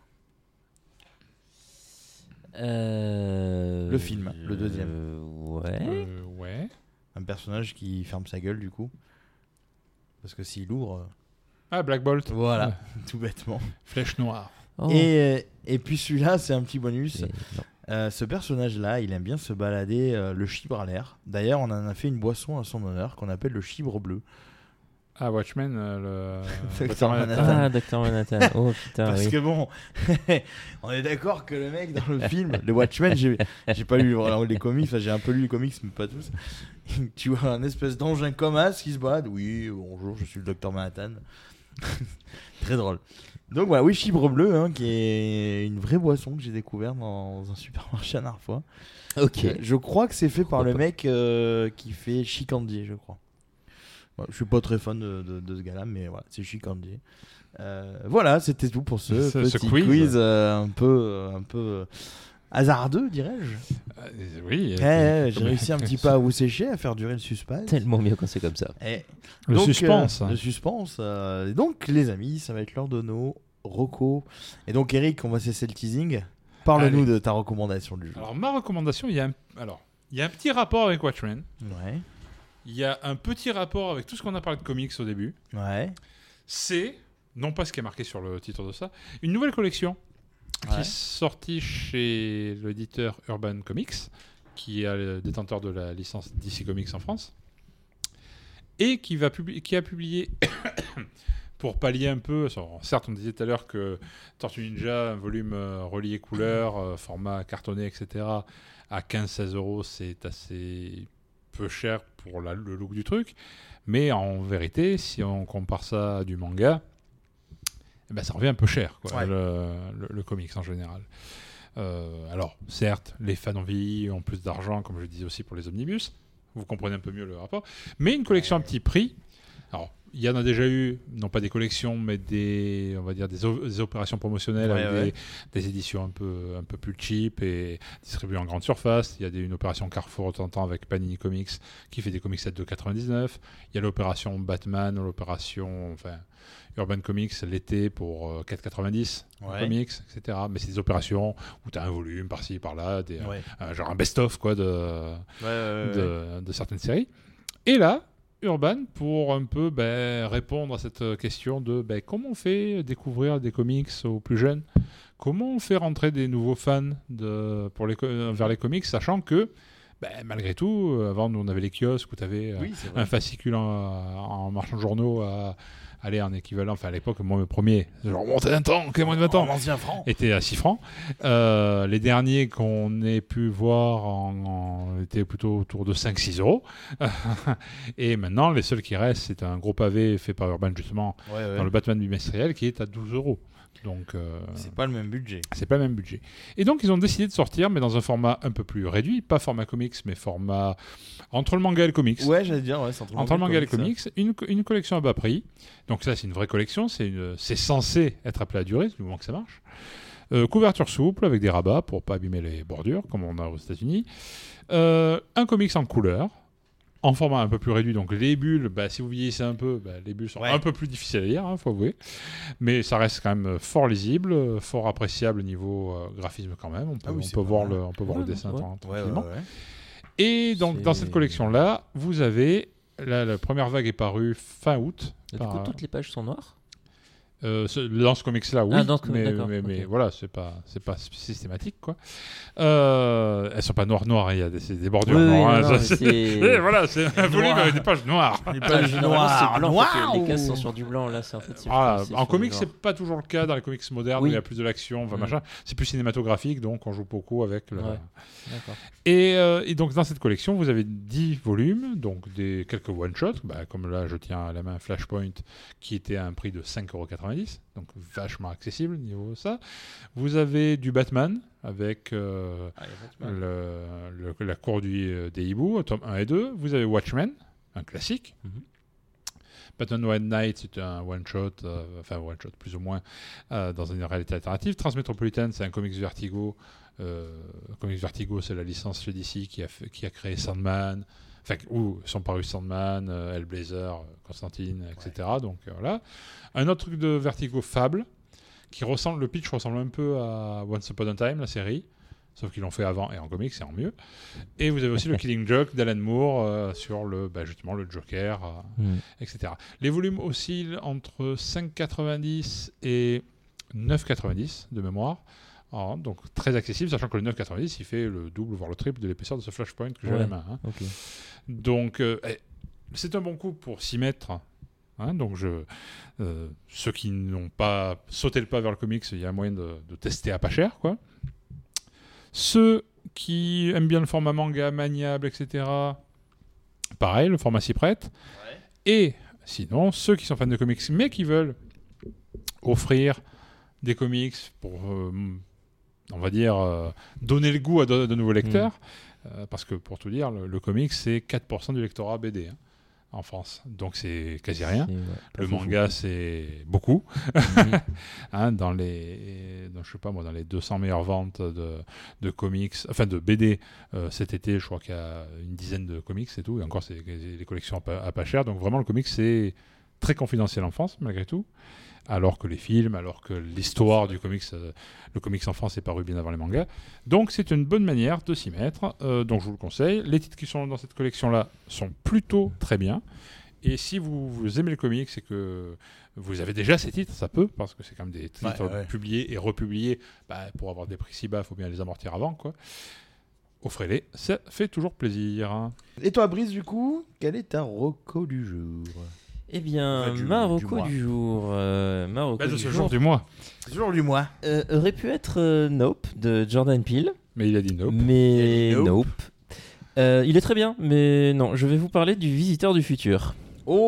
Euh, Le film, le deuxième. euh, ouais. Euh, ouais. Un personnage qui ferme sa gueule, du coup. Parce que s'il ouvre. euh, Ah, Black Bolt. Voilà, Ouais. tout bêtement. Flèche noire. Oh. Et, et puis celui-là, c'est un petit bonus. Et non. Euh, ce personnage-là, il aime bien se balader euh, le chibre à l'air. D'ailleurs, on en a fait une boisson à son honneur qu'on appelle le chibre bleu. Ah, Watchmen, euh, le. Docteur Manhattan. Ah, Docteur Manhattan. Oh putain, Parce oui. que bon, on est d'accord que le mec dans le film, le Watchmen, j'ai, j'ai pas lu vraiment les comics, enfin, j'ai un peu lu les comics, mais pas tous. Tu vois un espèce d'engin comme as qui se balade. Oui, bonjour, je suis le Docteur Manhattan. Très drôle. Donc voilà, oui, chibre bleu, hein, qui est une vraie boisson que j'ai découvert dans un supermarché la dernière fois. Ok. Euh, Je crois que c'est fait par Pourquoi le pas. mec euh, qui fait Chicandier, je crois. Voilà, je suis pas très fan de, de, de ce gars-là, mais voilà, c'est Chicandier. Euh, voilà, c'était tout pour ce, Ce- petit ce quiz, quiz. euh, un peu, un peu euh, hasardeux, dirais-je. Euh, oui. Eh, eh, j'ai réussi un petit peu à vous sécher, à faire durer le suspense. Tellement mieux quand c'est comme ça. Eh, Le donc, suspense. euh, le suspense. euh, et donc, les amis, ça va être l'heure de nos recos. Et donc, Eric, on va cesser le teasing. Parle-nous Allez. de ta recommandation du jour. Alors, ma recommandation, il y a un, alors, il y a un petit rapport avec Watchmen. Ouais, Il y a un petit rapport avec tout ce qu'on a parlé de comics au début. ouais, C'est, non pas ce qui est marqué sur le titre de ça, une nouvelle collection qui Ouais. est sortie chez l'éditeur Urban Comics, qui est le détenteur de la licence D C Comics en France, et qui, va publi- qui a publié, pour pallier un peu, alors, certes on disait tout à l'heure que Tortue Ninja, un volume euh, relié couleur, euh, format cartonné, et cetera, à quinze seize euros, c'est assez peu cher pour la- le look du truc, mais en vérité, si on compare ça à du manga, eh ben, ça revient un peu cher, quoi, Ouais. le, le- le comics en général. Euh, alors, certes, les fans ont vieilli, ont plus d'argent, comme je disais aussi pour les omnibus, vous comprenez un peu mieux le rapport, mais une collection à petit prix, alors, il y en a déjà eu, non pas des collections, mais des, on va dire des, o- des opérations promotionnelles Ouais, avec ouais. Des, des éditions un peu, un peu plus cheap et distribuées en grande surface. Il y a des, une opération Carrefour de temps en temps avec Panini Comics qui fait des comics à deux quatre-vingt-dix-neuf. Il y a l'opération Batman, l'opération enfin, Urban Comics l'été pour euh, quatre quatre-vingt-dix Ouais. comics, et cetera. Mais c'est des opérations où tu as un volume par-ci, par-là, des, ouais. euh, genre un best-of quoi, de, Ouais, ouais, ouais, ouais. de, de certaines séries. Et là, Urban, pour un peu ben, répondre à cette question de ben, comment on fait découvrir des comics aux plus jeunes, comment on fait rentrer des nouveaux fans de, pour les, co- vers les comics, sachant que ben, malgré tout, avant nous on avait les kiosques où tu avais Oui, c'est vrai. un fascicule en, en marchand de journaux à aller en équivalent, enfin à l'époque, moi le premier, je remontais un temps, qui a moins de vingt ans, En ancien franc. était à six francs. Euh, les derniers qu'on ait pu voir en, en- étaient plutôt autour de cinq six euros. Et maintenant, les seuls qui restent, c'est un gros pavé fait par Urban justement Ouais, ouais. dans le Batman bimestriel qui est à douze euros. Donc, euh, C'est pas le même budget. c'est pas le même budget. Et donc, ils ont décidé de sortir, mais dans un format un peu plus réduit, pas format comics, mais format entre le manga et le comics. Ouais, j'allais dire, ouais, c'est entre, Entre le manga et les ça. comics, une, co- une collection à bas prix. Donc ça, c'est une vraie collection. C'est, une, c'est censé être appelé à durer, du moment que ça marche. Euh, couverture souple avec des rabats pour pas abîmer les bordures, comme on a aux États-Unis. Euh, un comics en couleur, en format un peu plus réduit. Donc les bulles, bah, si vous vieillissez un peu, bah, les bulles sont Ouais. un peu plus difficiles à lire, il faut avouer. Mais ça reste quand même fort lisible, euh, fort appréciable niveau euh, graphisme quand même. On peut, Ah oui, on c'est peut pas voir, mal. le, on peut voir Ouais, le dessin ouais. tran- Ouais, ouais, tranquillement. ouais. Et donc, C'est- dans cette collection-là, vous avez. Là, la première vague est parue fin août. Du par- coup, toutes les pages sont noires. euh, ce- dans ce comics-là, oui. Ah, dans ce comics, mais, d'accord, mais, mais ok. voilà, c'est pas, c'est pas systématique, quoi. Euh, elles sont pas noires noires, il y a des, c'est des bordures Oui, oui, noires. hein, non, ça, mais c'est- c'est- Et voilà, c'est un volume Noir. avec des pages noires. Les Ah, pages généralement, noires, c'est blanc. en fait, noires Les cases ou- sont sur du blanc. Là, c'est en fait. c'est- Voilà, c'est en sur comics, du c'est noir. pas toujours le cas. Dans les comics modernes, Oui. où il y a plus de l'action, enfin, Mm. machin. C'est plus cinématographique, donc on joue beaucoup avec. Le... Ouais. D'accord. Et, euh, et donc dans cette collection, vous avez dix volumes, donc des quelques one-shots, bah, comme là je tiens à la main Flashpoint, qui était à un prix de cinq euros quatre-vingt-dix, donc vachement accessible niveau ça. Vous avez du Batman avec euh, Ah, il y a Batman. le, le- la cour du, euh, des hiboux, tome un et deux. Vous avez Watchmen, un classique. Mhm. Batman White Knight, c'est un one-shot, euh, enfin one-shot plus ou moins, euh, dans une réalité alternative. Transmetropolitan, c'est un comics Vertigo. Euh, comics Vertigo, c'est la licence chez D C qui a, fait- qui a créé Sandman, Enfin, où sont parus Sandman, euh, Hellblazer, Constantine, et cetera. Ouais. Donc euh, voilà. Un autre truc de Vertigo, Fable, qui ressemble, le pitch ressemble un peu à Once Upon a Time, la série. Sauf qu'ils l'ont fait avant et en comics, c'est en mieux. Et vous avez aussi le Killing Joke d'Alan Moore euh, sur le, bah, justement le Joker, euh, mm. et cetera. Les volumes oscillent entre cinq virgule quatre-vingt-dix et neuf virgule quatre-vingt-dix de mémoire. Alors, donc très accessible, sachant que le neuf virgule quatre-vingt-dix, il fait le double, voire le triple de l'épaisseur de ce Flashpoint que j'ai à la main. Hein. Okay. Donc euh, eh, c'est un bon coup pour s'y mettre. Hein, donc je, euh, ceux qui n'ont pas sauté le pas vers le comics, il y a moyen de, de tester à pas cher, quoi. Ceux qui aiment bien le format manga, maniable, et cetera, pareil, le format s'y prête. Ouais. Et sinon, ceux qui sont fans de comics, mais qui veulent offrir des comics pour, euh, on va dire, euh, donner le goût à de, de nouveaux lecteurs, mmh. euh, parce que pour tout dire, le, le comics, c'est quatre pour cent du lectorat B D. Hein. En France, donc c'est quasi rien. C'est, ouais, le manga, fou. C'est beaucoup. Mm-hmm. hein, dans les, dans, je sais pas moi, dans les deux cents meilleures ventes de, de comics, enfin de B D euh, cet été, je crois qu'il y a une dizaine de comics et tout. Et encore, c'est des collections à pas, à pas cher. Donc vraiment, le comics c'est très confidentiel en France malgré tout. Alors que les films, alors que l'histoire du comics, euh, le comics en France est paru bien avant les mangas. Donc c'est une bonne manière de s'y mettre, euh, donc je vous le conseille. Les titres qui sont dans cette collection-là sont plutôt très bien. Et si vous, vous aimez le comics et que vous avez déjà ces titres, ça peut, parce que c'est quand même des titres ouais, ouais. publiés et republiés. Bah, pour avoir des prix si bas, il faut bien les amortir avant, quoi. Offrez-les, ça fait toujours plaisir. Et toi, Brice, du coup, quel est ta reco du jour ? Eh bien, enfin, ma reco du, du jour, euh, ma reco bah, du ce jour, jour du mois, ce jour du mois, euh, aurait pu être euh, Nope de Jordan Peele, mais il a dit Nope. Mais dit nope. nope. Euh, il est très bien, mais non, je vais vous parler du Visiteur du futur.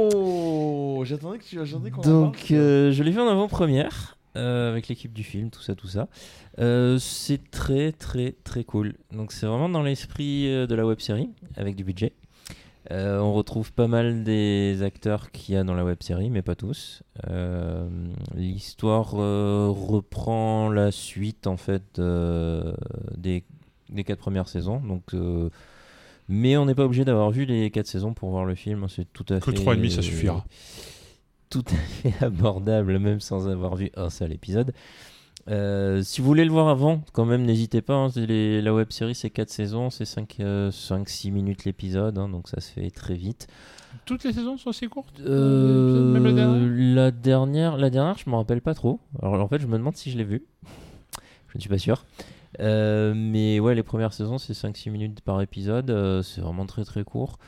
Oh, j'attendais que tu j'attendais qu'on Donc, en parle. Euh, je l'ai vu en avant-première euh, avec l'équipe du film, tout ça, tout ça. Euh, c'est très, très, très cool. Donc, c'est vraiment dans l'esprit de la web-série avec du budget. Euh, on retrouve pas mal des acteurs qu'il y a dans la web-série, mais pas tous. Euh, l'histoire euh, reprend la suite en fait euh, des, des quatre premières saisons. Donc, euh, mais on n'est pas obligé d'avoir vu les quatre saisons pour voir le film. C'est tout à que fait. trois et demi, ça suffira. Tout à fait abordable, même sans avoir vu un seul épisode. Euh, si vous voulez le voir avant, quand même, n'hésitez pas. Hein, les, la web-série, c'est quatre saisons, c'est cinq six minutes l'épisode, hein, donc ça se fait très vite. Toutes les saisons sont aussi courtes euh, Même la dernière la dernière, la dernière, je me rappelle pas trop. Alors en fait, je me demande si je l'ai vue. Je ne suis pas sûr. Euh, mais ouais, les premières saisons, c'est cinq six minutes par épisode. Euh, c'est vraiment très très court.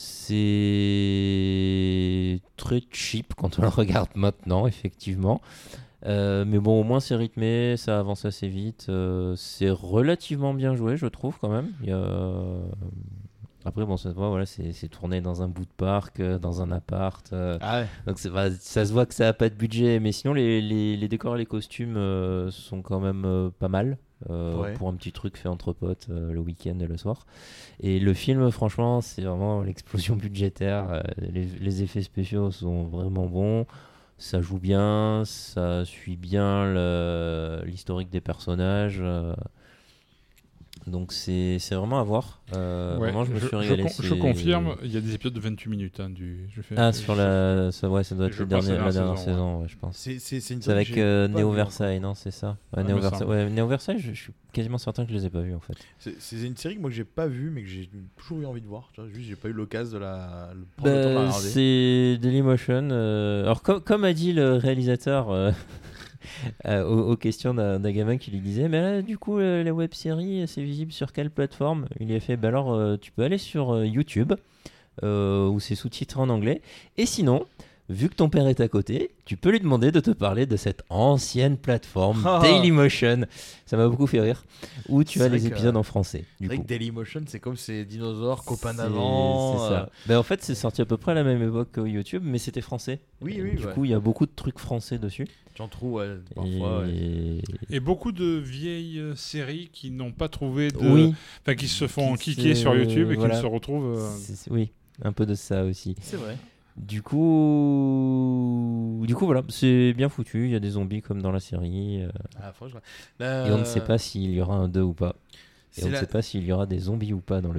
C'est très cheap quand on le regarde maintenant, effectivement. Euh, mais bon, au moins c'est rythmé, ça avance assez vite. Euh, c'est relativement bien joué, je trouve, quand même. Il y a... Après, bon, ça se voit, voilà, c'est, c'est tourné dans un bout de parc, euh, dans un appart. Euh, ah ouais. Donc c'est, bah, ça se voit que ça n'a pas de budget. Mais sinon, les, les, les décors et les costumes euh, sont quand même euh, pas mal. Euh, ouais. Pour un petit truc fait entre potes euh, le week-end et le soir. Et le film, franchement, c'est vraiment l'explosion budgétaire. Euh, les, les effets spéciaux sont vraiment bons. Ça joue bien, ça suit bien le, l'historique des personnages. Euh, donc c'est, c'est vraiment à voir. Euh, ouais, vraiment, je me je, suis régalé. Je, je confirme, il y a des épisodes de vingt-huit minutes. Hein, du, je fais, ah, je, sur je, la, ça, ouais, ça doit être la dernière, la dernière saison, saison ouais. Ouais, je pense. C'est, c'est, c'est, une c'est avec euh, Néo Versailles, non, c'est ça. Ouais, ouais, Néo Versailles, ouais, Néo Versailles, je, je suis quasiment certain que je les ai pas vus en fait. C'est, c'est une série que moi que j'ai pas vue, mais que j'ai toujours eu envie de voir. Tu vois, juste, j'ai pas eu l'occasion de la. Le bah, de la regarder. C'est Dailymotion. Euh, alors, com- comme a dit le réalisateur. Euh, Euh, aux, aux questions d'un, d'un gamin qui lui disait mais là du coup euh, la web série c'est visible sur quelle plateforme, il lui a fait bah alors euh, tu peux aller sur euh, YouTube euh, où c'est sous-titré en anglais, et sinon vu que ton père est à côté, tu peux lui demander de te parler de cette ancienne plateforme oh. Dailymotion. Ça m'a beaucoup fait rire. Où tu c'est as les épisodes en français. C'est vrai coup. que Dailymotion, c'est comme ces dinosaures copains d'avant. C'est ça. Euh... Ben, en fait, c'est sorti à peu près à la même époque que YouTube, mais c'était français. Oui, oui. Du ouais. coup, il y a beaucoup de trucs français dessus. Tu en trouves ouais, parfois. Et... Ouais. Et beaucoup de vieilles séries qui n'ont pas trouvé de. Oui. Enfin, qui se font qui kicker se... sur YouTube et voilà. qui se retrouvent. Euh... C'est, c'est... Oui, un peu de ça aussi. C'est vrai. Du coup, du coup voilà, c'est bien foutu. Il y a des zombies comme dans la série. Euh... Ah, la... Et on ne sait pas s'il y aura un deux ou pas. Et c'est on la... ne sait pas s'il y aura des zombies ou pas dans le deux.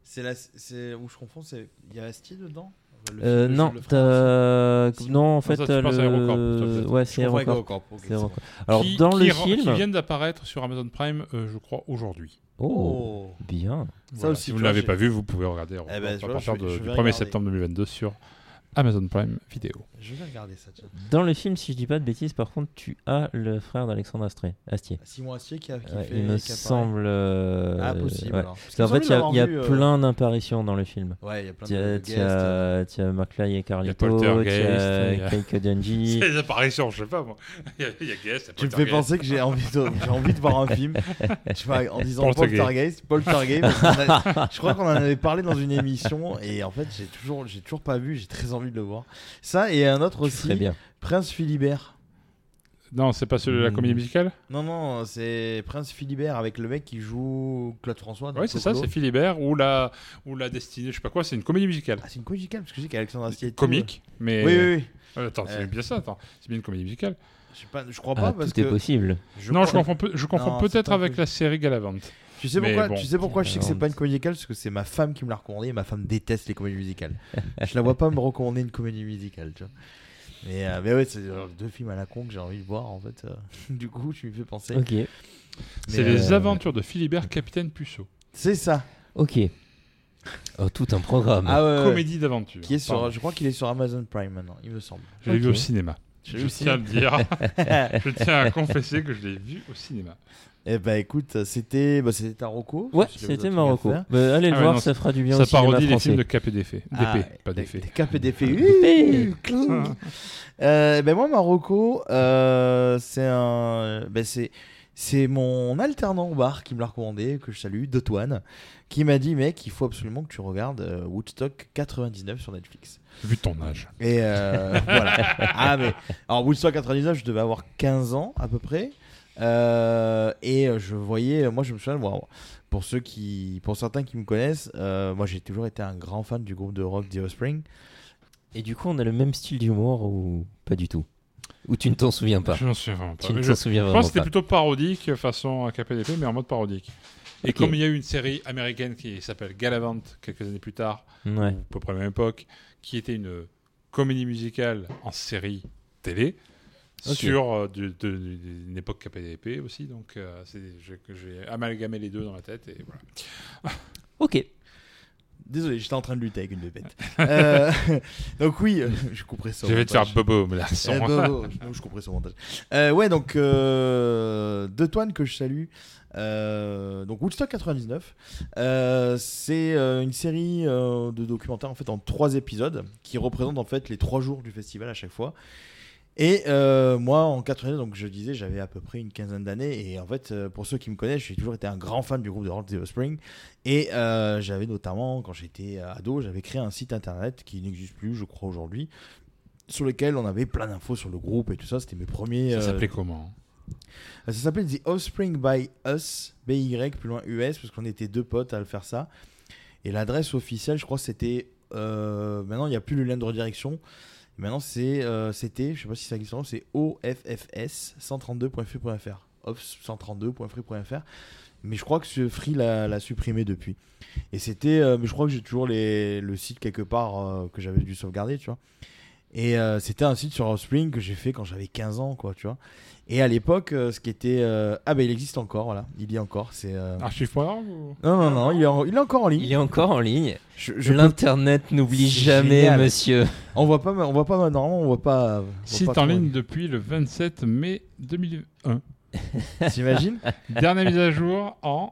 C'est la, c'est où je confonds, c'est il y a Astier dedans. Le Euh, film- non, le frère t'as... Astier. non, en Ah, fait, ça, tu t'as penses à Aérocorp, le... toi, peut-être. ouais, Je c'est confonds avec Aérocorp. Aérocorp, ok, C'est c'est bon. Aérocorp. Alors, qui, dans qui le ren- film... qui viennent d'apparaître sur Amazon Prime, euh, je crois, aujourd'hui. Oh, Oh. bien. Ça Voilà, aussi, si vous tu ne vois, l'avez j'ai- pas vu, vous pouvez regarder Eh ben, tu à vois, partir je vais- de- je du vais premier regarder. septembre deux mille vingt-deux sur Amazon Prime Vidéo. Je vais regarder ça. Tiens. Dans le film, si je dis pas de bêtises, par contre, tu as le frère d'Alexandre Astier. Astier. Simon Astier qui a qui Ouais, fait. il me qui apparaît. semble... euh, Ah possible. ouais. alors. Parce Parce qu'en qu'il fait, me il y a, semble il y a l'avoir vu, euh, plein d'apparitions dans le film. Ouais, il y a plein Tu de as, guests. tu as, tu as McFly et Carlito, tu Poltergeist, as il y a- Keiko Dungy. C'est des apparitions, je sais pas moi. Il y a, il y a Guest, il y a Tu me fais Poltergeist. penser que j'ai envie de, j'ai envie de voir un film. Je sais pas, en disant Poltergeist. Poltergeist, Poltergeist. parce qu'on a- je crois qu'on en avait parlé dans une émission et en fait j'ai toujours, j'ai toujours pas vu. J'ai très envie de le voir. Ça et un autre aussi. Très bien. Prince Philibert. Non, c'est pas celui de la Hmm. comédie musicale. Non non, c'est Prince Philibert avec le mec qui joue Claude François. dans Oui, c'est ça, Cocolo. c'est Philibert ou la, ou la Destinée, je sais pas quoi, c'est une comédie musicale. Ah, c'est une comédie musicale parce que je sais qu'Alexandre Astier. et tout, Comique, mais. euh. Oui oui oui. Euh, attends, c'est Euh. bien ça, attends. C'est bien une comédie musicale. Je sais pas, je crois pas Ah, parce tout est que. possible. je non, je crois- confonds, peu- je confonds Non, c'est peut-être pas avec possible. la série Galavant. Tu sais Mais pourquoi bon. Tu sais pourquoi je sais que c'est pas une comédie musicale parce que c'est ma femme qui me l'a recommandé et ma femme déteste les comédies musicales. Je la vois pas me recommander une comédie musicale, tu vois. Mais, euh, mais ouais, c'est euh, deux films à la con que j'ai envie de voir en fait. euh. Du coup, tu me fais penser. Ok. C'est Mais, les euh, aventures de Philibert, capitaine Puceau. C'est ça. Ok. Oh, tout un programme. Ah ouais, ouais. Comédie d'aventure. Qui est sur, Pardon. je crois qu'il est sur Amazon Prime maintenant, il me semble. Je l'ai vu Ok. au cinéma. Je l'ai Je vu au tiens à le dire. Je tiens à confesser que je l'ai vu au cinéma. Eh ben écoute, c'était bah, c'était ta Rocco. Ouais, Parce que j'avais c'était d'autres trucs à Marocco. faire. Bah, allez le Ah ouais, voir, non, ça fera du bien Ça au cinéma parodie les français. films de Cap et d'effet. Ah, D'épée, pas des- d'effet. Des cap et d'effet. Épée. Ouh, clou. Euh, ben moi, Marocco, euh, c'est un, ben c'est, c'est mon alternant au bar qui me l'a recommandé, que je salue, Dotwan, qui m'a dit mec, il faut absolument que tu regardes euh, Woodstock quatre-vingt-dix-neuf sur Netflix. Vu ton âge. Et euh, voilà. Ah mais alors Woodstock quatre-vingt-dix-neuf, je devais avoir quinze ans à peu près. Euh, et je voyais, moi je me souviens, bon, pour ceux qui, pour certains qui me connaissent, euh, moi j'ai toujours été un grand fan du groupe de rock The Offspring. Et du coup, on a le même style d'humour ou pas du tout? Ou tu ne t'en souviens pas? Je m'en souviens vraiment pas. Tu ne Mais t'en je souviens je vraiment pense que c'était pas. plutôt parodique, façon Cap et d'effet, mais en mode parodique. Et Ok. comme il y a eu une série américaine qui s'appelle Galavant, quelques années plus tard, Ouais. ou à peu près à la même époque, qui était une comédie musicale en série télé, Ok. sur euh, de, de- de- une époque K P D P aussi, donc euh, c'est- j'ai j'ai amalgamé les deux dans la tête, et voilà. Ok. Désolé, j'étais en train de lutter avec une bébête. Euh, donc oui, euh, je couperai ça. au Je vais te faire montage. bobo, mais là, Eh, sans- bah, bah, non, je couperai ça au montage. Euh, ouais, donc euh, Dotwan que je salue. Euh, donc Woodstock quatre-vingt-dix-neuf, euh, c'est euh, une série euh, de documentaires en fait en trois épisodes qui représentent en fait les trois jours du festival à chaque fois. Et euh, moi en quatre-vingt-dix, donc je disais j'avais à peu près une quinzaine d'années et en fait euh, pour ceux qui me connaissent, j'ai toujours été un grand fan du groupe de rock The Offspring et euh, j'avais notamment quand j'étais ado, j'avais créé un site internet qui n'existe plus je crois aujourd'hui, sur lequel on avait plein d'infos sur le groupe et tout ça. C'était mes premiers. Ça euh, s'appelait comment? Ça s'appelait The Offspring by Us, B Y plus loin U S, parce qu'on était deux potes à le faire ça. Et l'adresse officielle, je crois, c'était. euh, maintenant, il n'y a plus le lien de redirection. Maintenant, c'est, euh, c'était, je sais pas si ça existe vraiment, c'est O F F S cent trente-deux point free point F R. off cent trente-deux point free point F R. Mais je crois que ce Free l'a, l'a supprimé depuis. Et c'était. euh, mais je crois que j'ai toujours les, le site quelque part euh, que j'avais dû sauvegarder, tu vois. Et euh, c'était un site sur Offspring que j'ai fait quand j'avais quinze ans, quoi, tu vois. Et à l'époque, euh, ce qui était. euh, Ah, bah il existe encore, voilà. Il y est encore. C'est. euh, Archive point org ou... Non, non, non, il est, en- il est encore en ligne. Il est encore en ligne. Je, je peux- L'internet n'oublie C'est jamais, génial. monsieur. On voit pas, on voit pas maintenant, on voit pas. on voit Site pas en trop. ligne depuis le vingt-sept mai deux mille un. T'imagines? Dernière mise à jour en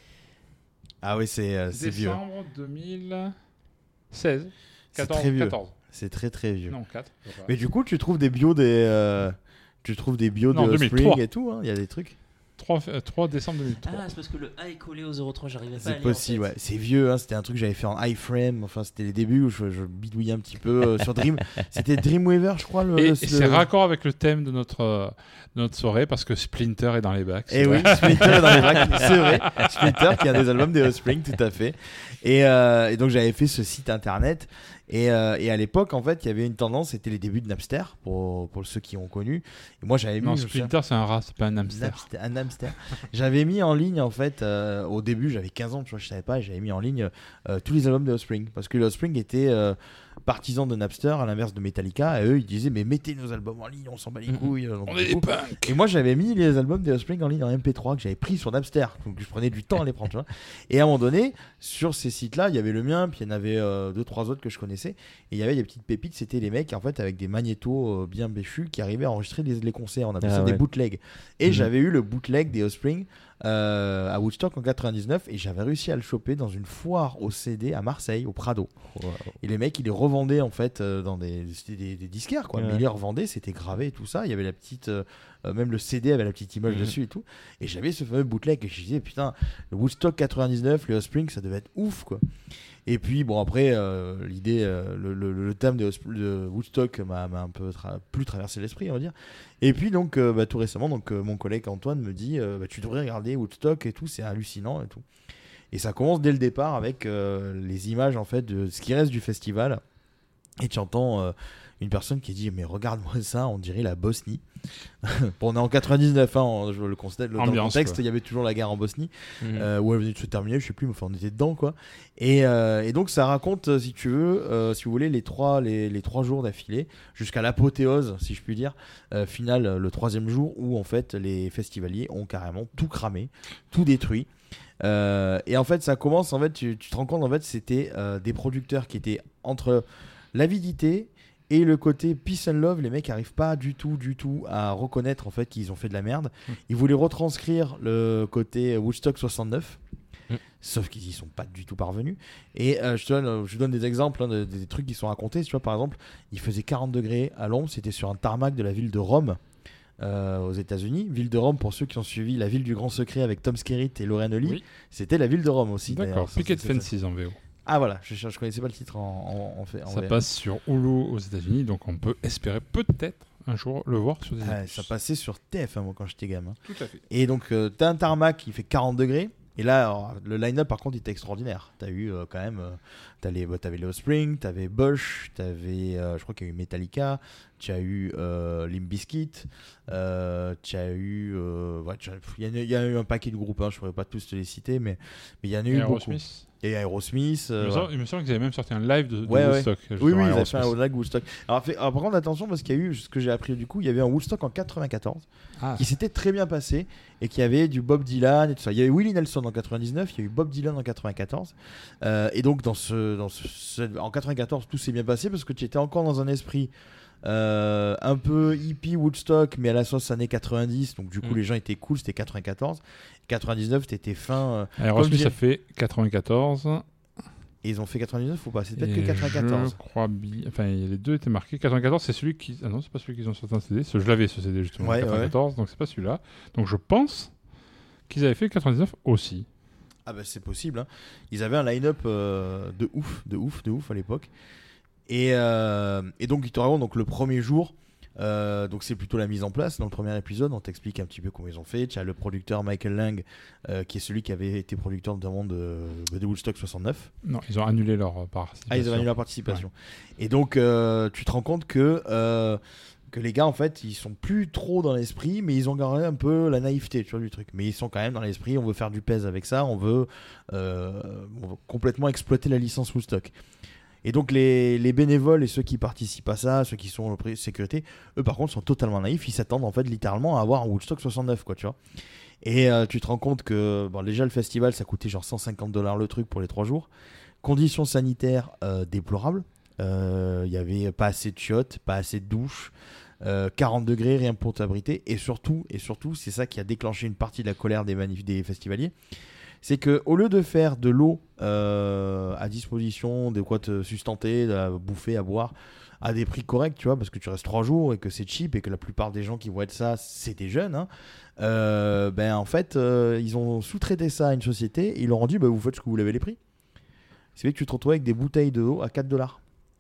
Ah oui, c'est, euh, c'est vieux. décembre deux mille seize. C'est quatorze, très vieux. quatorze. C'est très très vieux. Non, quatre. Mais du coup, tu trouves des bios des. euh, Tu trouves des bios Non, de deux mille Offspring trois. et tout, hein. Il y a des trucs. trois, euh, trois décembre deux mille trois. Ah, c'est parce que le A est collé au zéro trois, j'arrivais pas à C'est lire, possible, en ouais. fait. C'est vieux, hein. C'était un truc que j'avais fait en iframe. Enfin, c'était les débuts où je, je bidouillais un petit peu euh, sur Dream. C'était Dreamweaver, je crois. Le, Et, le- et c'est le- raccord avec le thème de notre, euh, de notre soirée parce que Splinter est dans les bacs. Et c'est oui, vrai. Splinter est dans les bacs, c'est vrai. Splinter qui est un des albums des Offspring, tout à fait. Et, euh, et donc j'avais fait ce site internet Et, euh, et à l'époque, en fait, il y avait une tendance, c'était les débuts de Napster, pour, pour ceux qui ont connu. Et moi, j'avais mis... Non, je me souviens- Splinter, c'est un rat, c'est pas un hamster. Napster- un hamster. J'avais mis en ligne, en fait, euh, au début, j'avais quinze ans, tu vois, je savais pas, et j'avais mis en ligne euh, tous les albums de Offspring. Parce que les Offspring étaient euh, partisans de Napster, à l'inverse de Metallica, et eux, ils disaient, mais mettez nos albums en ligne, on s'en bat les couilles. Donc, On du est des coup- punks. et moi, j'avais mis les albums des Offspring en ligne en M P trois que j'avais pris sur Napster. Donc, je prenais du temps à les prendre, tu vois. Et à un moment donné, sur ces sites-là, il y avait le mien, puis il y en avait euh, deux, trois autres que je connaissais. Et il y avait des petites pépites, c'était les mecs, en fait, avec des magnétos euh, bien béchus qui arrivaient à enregistrer les, les concerts. On appelait Ah ça ouais. des bootlegs. Et Mhm. j'avais eu le bootleg des Offspring euh, à Woodstock en quatre-vingt-dix-neuf et j'avais réussi à le choper dans une foire au C D à Marseille, au Prado. Wow. Et les mecs, ils les revendaient en fait euh, dans des, c'était des, des disquaires, quoi. Ouais. Mais ils les revendaient, c'était gravé et tout ça. Il y avait la petite, euh, euh, même le C D avait la petite image Mhm. dessus et tout. Et j'avais ce fameux bootleg et je disais, putain, le Woodstock quatre-vingt-dix-neuf, les Offspring, ça devait être ouf, quoi. Et puis bon, après, euh, l'idée, euh, le, le, le thème de, Osp- de Woodstock m'a, m'a un peu tra- plus traversé l'esprit, on va dire. Et puis donc, euh, bah, tout récemment, donc euh, mon collègue Antoine me dit, euh, bah, tu devrais regarder Woodstock et tout, c'est hallucinant et tout. Et ça commence dès le départ avec euh, les images en fait de ce qui reste du festival. Et tu entends euh, une personne qui dit, mais regarde-moi ça, on dirait la Bosnie. Bon, on est en quatre-vingt-dix-neuf, hein, on- je le constate. Dans le Ambiance, contexte, quoi. il y avait toujours la guerre en Bosnie, Mhm. euh, où elle venait de se terminer, je sais plus, mais enfin, on était dedans, quoi. Et, euh, et donc, ça raconte, euh, si tu veux, euh, si vous voulez, les trois, les, les trois jours d'affilée, jusqu'à l'apothéose, si je puis dire, euh, finale, euh, le troisième jour, où en fait, les festivaliers ont carrément tout cramé, tout détruit. Euh, et en fait, ça commence, en fait, tu, tu te rends compte, en fait, c'était euh, des producteurs qui étaient entre l'avidité et le côté peace and love. Les mecs n'arrivent pas du tout, du tout à reconnaître en fait qu'ils ont fait de la merde. Ils voulaient retranscrire le côté Woodstock soixante-neuf. Mm. Sauf qu'ils y sont pas du tout parvenus. Et euh, je, te donne, je donne des exemples, hein, de- des trucs qui sont racontés. Tu vois, par exemple, il faisait quarante degrés à l'ombre. C'était sur un tarmac de la ville de Rome, euh, aux États-Unis. Ville de Rome, pour ceux qui ont suivi La Ville du Grand Secret avec Tom Skerritt et Lorraine Oli, Oui. c'était la ville de Rome aussi. D'accord, d'ailleurs. Ça, Picket c'est- c'est- Fences en V O. Ah voilà, je, je, je connaissais pas le titre en, en, en fait. en Ça V F. passe sur Hulu aux États-Unis, donc on peut espérer peut-être un jour le voir sur des Ah, ça passait sur T F un, moi, quand j'étais gamin. Tout à fait. Et donc, euh, t'as un tarmac qui fait quarante degrés. Et là, alors, le line-up, par contre, il était extraordinaire. T'as eu euh, quand même. Euh, t'as les, bah, t'avais les Offspring, t'avais Bush, t'avais. Euh, je crois qu'il y a eu Metallica, tu as eu euh, Limp Bizkit, euh, tu as eu. euh, ouais, tu as- Il y, a- il y a eu un paquet de groupes, hein, je ne pourrais pas tous te les citer, mais mais il y en a eu beaucoup. Aerosmith. Et Aerosmith. Il euh, me, ouais. semble, il me semble qu'ils avaient même sorti un live de, de Ouais, ouais. Woodstock. Oui, justement, oui, ils avaient fait un Aerosmith. Woodstock Woodstock. Alors, fait- alors, par contre, attention, parce qu'il y a eu, ce que j'ai appris du coup, il y avait un Woodstock en quatre-vingt-quatorze Ah, qui s'était très bien passé et qui avait du Bob Dylan et tout ça. Il y avait Willie Nelson en quatre-vingt-dix-neuf, il y a eu Bob Dylan en quatre-vingt-quatorze. Euh, et donc, dans ce, dans ce, ce- en quatre-vingt-quatorze, tout s'est bien passé parce que tu étais encore dans un esprit euh, un peu hippie Woodstock, mais à la sauce années quatre-vingt-dix. Donc, du coup, Mm. les gens étaient cool, c'était quatre-vingt-quatorze. quatre-vingt-dix-neuf, t'étais fin. euh, Aerosmith, comme ça j'ai- fait quatre-vingt-quatorze. et ils ont fait quatre-vingt-dix-neuf ou pas? C'est peut-être Et que quatre-vingt-quatorze. Je crois bien. Enfin, les deux étaient marqués. quatre-vingt-quatorze, c'est celui qui. Ah non, c'est pas celui qu'ils ont sorti un C D. Ce- Je l'avais ce C D justement. Ouais, quatre-vingt-quatorze, donc c'est pas celui-là. Donc je pense qu'ils avaient fait quatre-vingt-dix-neuf aussi. Ah bah c'est possible, hein. Ils avaient un line-up euh, de ouf, de ouf, de ouf à l'époque. Et, euh, et donc ils te racontent donc le premier jour, euh, donc c'est plutôt la mise en place. Dans le premier épisode, on t'explique un petit peu comment ils ont fait. Tu as le producteur Michael Lang, euh, qui est celui qui avait été producteur notamment de, de Woodstock soixante-neuf. Non, ils ont annulé leur euh, participation. Ah, ils avaient annulé la participation. Et donc euh, tu te rends compte que euh, que les gars en fait ils sont plus trop dans l'esprit, mais ils ont gardé un peu la naïveté, tu vois, du truc. Mais ils sont quand même dans l'esprit. On veut faire du pèse avec ça. On veut, euh, on veut complètement exploiter la licence Woodstock. Et donc les, les bénévoles et ceux qui participent à ça, ceux qui sont en pré- sécurité, eux par contre sont totalement naïfs. Ils s'attendent en fait littéralement à avoir un Woodstock soixante-neuf, quoi, tu vois. Et euh, tu te rends compte que bon, déjà le festival ça coûtait genre cent cinquante dollars le truc pour les trois jours. Conditions sanitaires euh, déplorables. Il euh, y avait pas assez de chiottes, pas assez de douches, euh, quarante degrés, rien pour t'abriter. Et surtout, et surtout, c'est ça qui a déclenché une partie de la colère des, manif- des festivaliers. C'est que au lieu de faire de l'eau euh, à disposition, de quoi te sustenter, de la bouffer, à boire, à des prix corrects, tu vois, parce que tu restes trois jours et que c'est cheap et que la plupart des gens qui vont être ça, c'est des jeunes, hein, euh, ben en fait, euh, ils ont sous-traité ça à une société et ils leur ont dit, bah, vous faites ce que vous voulez les prix. C'est vrai que tu te retrouves avec des bouteilles de eau à quatre dollars.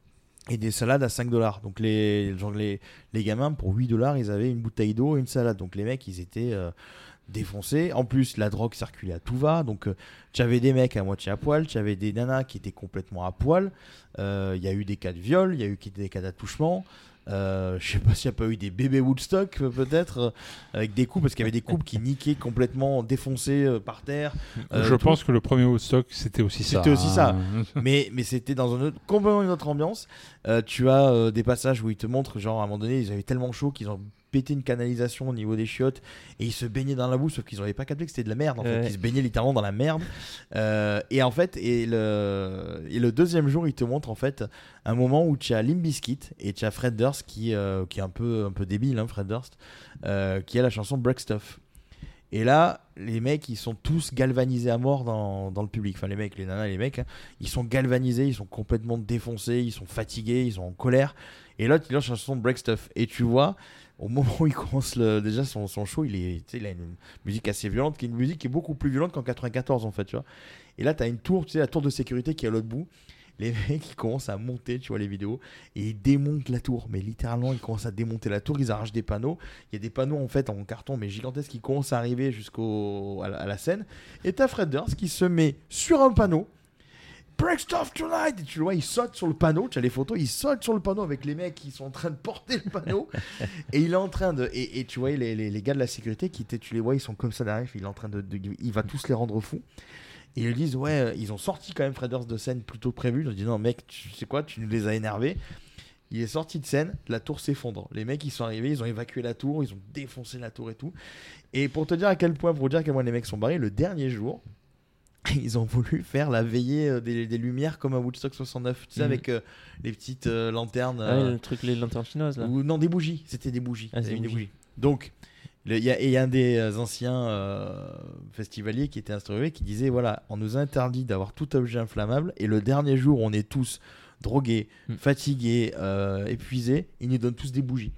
et des salades à cinq dollars. Donc les, genre les, les gamins, pour huit dollars, ils avaient une bouteille d'eau et une salade. Donc les mecs, ils étaient euh, défoncés. En plus, la drogue circulait à tout va. Donc euh, tu avais des mecs à moitié à poil, tu avais des nanas qui étaient complètement à poil. Il euh, y a eu des cas de viol, il y a eu des cas d'attouchement. Euh, je sais pas s'il n'y a pas eu des bébés Woodstock peut-être euh, avec des couples, parce qu'il y avait des couples qui niquaient complètement défoncés euh, par terre. Euh, je tout. pense que le premier Woodstock c'était aussi ça. C'était aussi ça, mais, mais c'était dans un autre, complètement une autre ambiance. Euh, tu as euh, des passages où ils te montrent, genre à un moment donné, ils avaient tellement chaud qu'ils ont pété une canalisation au niveau des chiottes et ils se baignaient dans la boue, sauf qu'ils n'avaient pas capté que c'était de la merde en fait. Ouais. Ils se baignaient littéralement dans la merde. Euh, et en fait, et le, et le deuxième jour, ils te montrent en fait un moment où tu as Limp Bizkit et tu as Fred Durst qui, euh, qui est un peu, un peu débile, hein, Fred Durst, euh, qui a la chanson Break Stuff. Et là, les mecs, ils sont tous galvanisés à mort dans, dans le public. Enfin, les mecs, les nanas, les mecs, hein, ils sont galvanisés, ils sont complètement défoncés, ils sont fatigués, ils sont en colère. Et là, tu lance la chanson Break Stuff. Et tu vois, au moment où il commence le, déjà son, son show, il, est, il a une musique assez violente, qui est une musique qui est beaucoup plus violente qu'en quatre-vingt-quatorze, en fait. Tu vois. Et là, tu as une tour, tu sais, la tour de sécurité qui est à l'autre bout. Les mecs, ils commencent à monter, tu vois les vidéos, et ils démontent la tour. Mais littéralement, ils commencent à démonter la tour, ils arrachent des panneaux. Il y a des panneaux en fait en carton, mais gigantesques, qui commencent à arriver jusqu'au à la, à la scène. Et t'as Fred Durst qui se met sur un panneau. Break Stuff Tonight! Et tu le vois, il saute sur le panneau. Tu as les photos, il saute sur le panneau avec les mecs qui sont en train de porter le panneau. Et il est en train de. Et, et tu vois, les, les, les gars de la sécurité, qui tu les vois, ils sont comme ça derrière. Il est en train de, de. Il va tous les rendre fous. Et ils disent, ouais, ils ont sorti quand même Fred Durst de scène plus tôt prévu. Ils ont dit, non, mec, tu sais quoi, tu nous les as énervés. Il est sorti de scène, la tour s'effondre. Les mecs, ils sont arrivés, ils ont évacué la tour, ils ont défoncé la tour et tout. Et pour te dire à quel point, pour dire à quel point les mecs sont barrés, le dernier jour, ils ont voulu faire la veillée des, des lumières comme à Woodstock soixante-neuf, tu sais, mmh. avec euh, les petites euh, lanternes. Ah, euh, le truc, les lanternes chinoises, là. Ou, non, des bougies. C'était des bougies. Ah, c'est des bougies. bougies. Donc, il y, y a un des anciens euh, festivaliers qui était instrué qui disait, voilà, on nous interdit d'avoir tout objet inflammable, et le dernier jour, on est tous drogués, mmh. fatigués, euh, épuisés, ils nous donnent tous des bougies.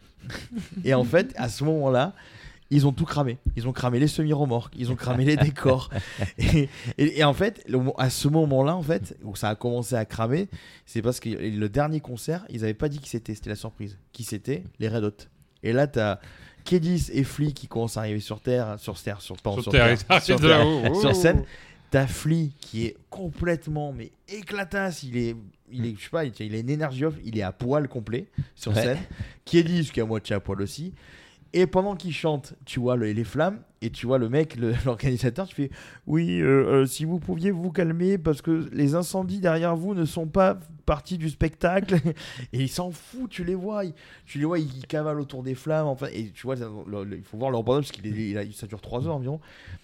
Et en fait, à ce moment-là, ils ont tout cramé. Ils ont cramé les semi-remorques, ils ont cramé les décors. Et, et, et en fait, le, à ce moment-là, en fait, où ça a commencé à cramer, c'est parce que le dernier concert, ils n'avaient pas dit qui c'était. C'était la surprise. Qui c'était? Les Red Hot. Et là, tu as Kedis et Flea qui commencent à arriver sur Terre, sur Terre, sur, pardon, sur, sur Terre, terre, sur, terre oh, oh. sur scène. T'as Flea qui est complètement mais éclatasse. Il est, il est, je sais pas, il, il a une énergie off. Il est à poil complet sur ouais. scène. Kedis qui est à moitié à poil aussi. Et pendant qu'il chante, tu vois le, les flammes, et tu vois le mec, le, l'organisateur, tu fais oui, euh, euh, si vous pouviez vous calmer, parce que les incendies derrière vous ne sont pas partie du spectacle. Et il s'en fout, tu les vois, il, tu les vois, ils cavalent autour des flammes, enfin, et tu vois, le, le, il faut voir leur bordel, parce qu'il est, il a, ça dure trois heures environ.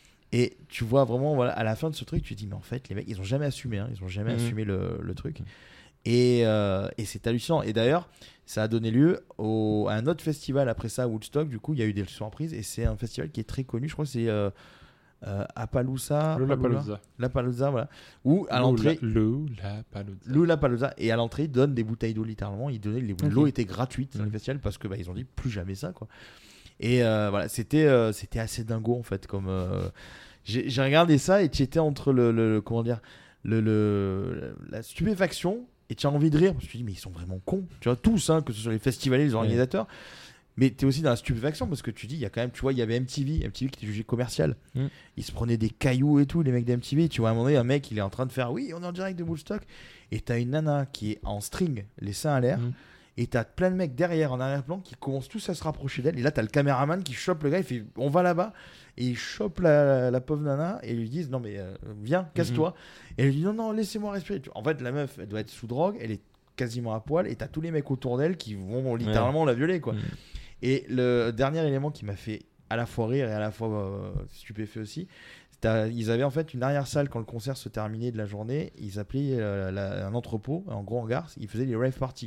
Et tu vois vraiment, voilà, à la fin de ce truc, tu te dis, mais en fait, les mecs, ils ont jamais assumé, hein, ils ont jamais mmh. assumé le, le truc. Et, euh, et c'est hallucinant. Et d'ailleurs, ça a donné lieu au, à un autre festival après ça, à Woodstock. Du coup, il y a eu des surprises. Et c'est un festival qui est très connu. Je crois que c'est euh, euh, Appaloosa. Lollapalooza. Lollapalooza, voilà. Où à l'entrée. Lollapalooza. Lollapalooza. Et à l'entrée, ils donnent des bouteilles d'eau littéralement. Ils donnaient, les, okay. L'eau était gratuite dans mmh. le festival parce que bah, ils ont dit plus jamais ça, quoi. Et euh, voilà, c'était, euh, c'était assez dingo en fait. Comme, euh, j'ai, j'ai regardé ça et tu étais entre le, le, le. Comment dire le, le, la stupéfaction. Et tu as envie de rire, parce que tu te dis, mais ils sont vraiment cons. Tu vois, tous, hein, que ce soit les festivaliers, les organisateurs. Ouais. Mais tu es aussi dans la stupéfaction, parce que tu dis, il y a quand même, tu vois, il y avait M T V, M T V qui était jugé commercial. Mm. Ils se prenaient des cailloux et tout, les mecs d'M T V. Tu vois, à un moment donné, un mec, il est en train de faire, oui, on est en direct de Woodstock. Et tu as une nana qui est en string, les seins à l'air. Mm. Et tu as plein de mecs derrière, en arrière-plan, qui commencent tous à se rapprocher d'elle. Et là, tu as le caméraman qui chope le gars, il fait, on va là-bas. Et il chope la, la pauvre nana et ils lui disent, non, mais euh, viens, casse-toi. Mm-hmm. Et elle lui dit, non, non, laissez-moi respirer. En fait, la meuf, elle doit être sous drogue, elle est quasiment à poil et t'as tous les mecs autour d'elle qui vont littéralement ouais. la violer, quoi. Mmh. Et le dernier élément qui m'a fait à la fois rire et à la fois euh, stupéfait aussi, ils avaient en fait une arrière-salle quand le concert se terminait de la journée. Ils appelaient euh, la, un entrepôt, un gros hangar, ils faisaient les rave parties.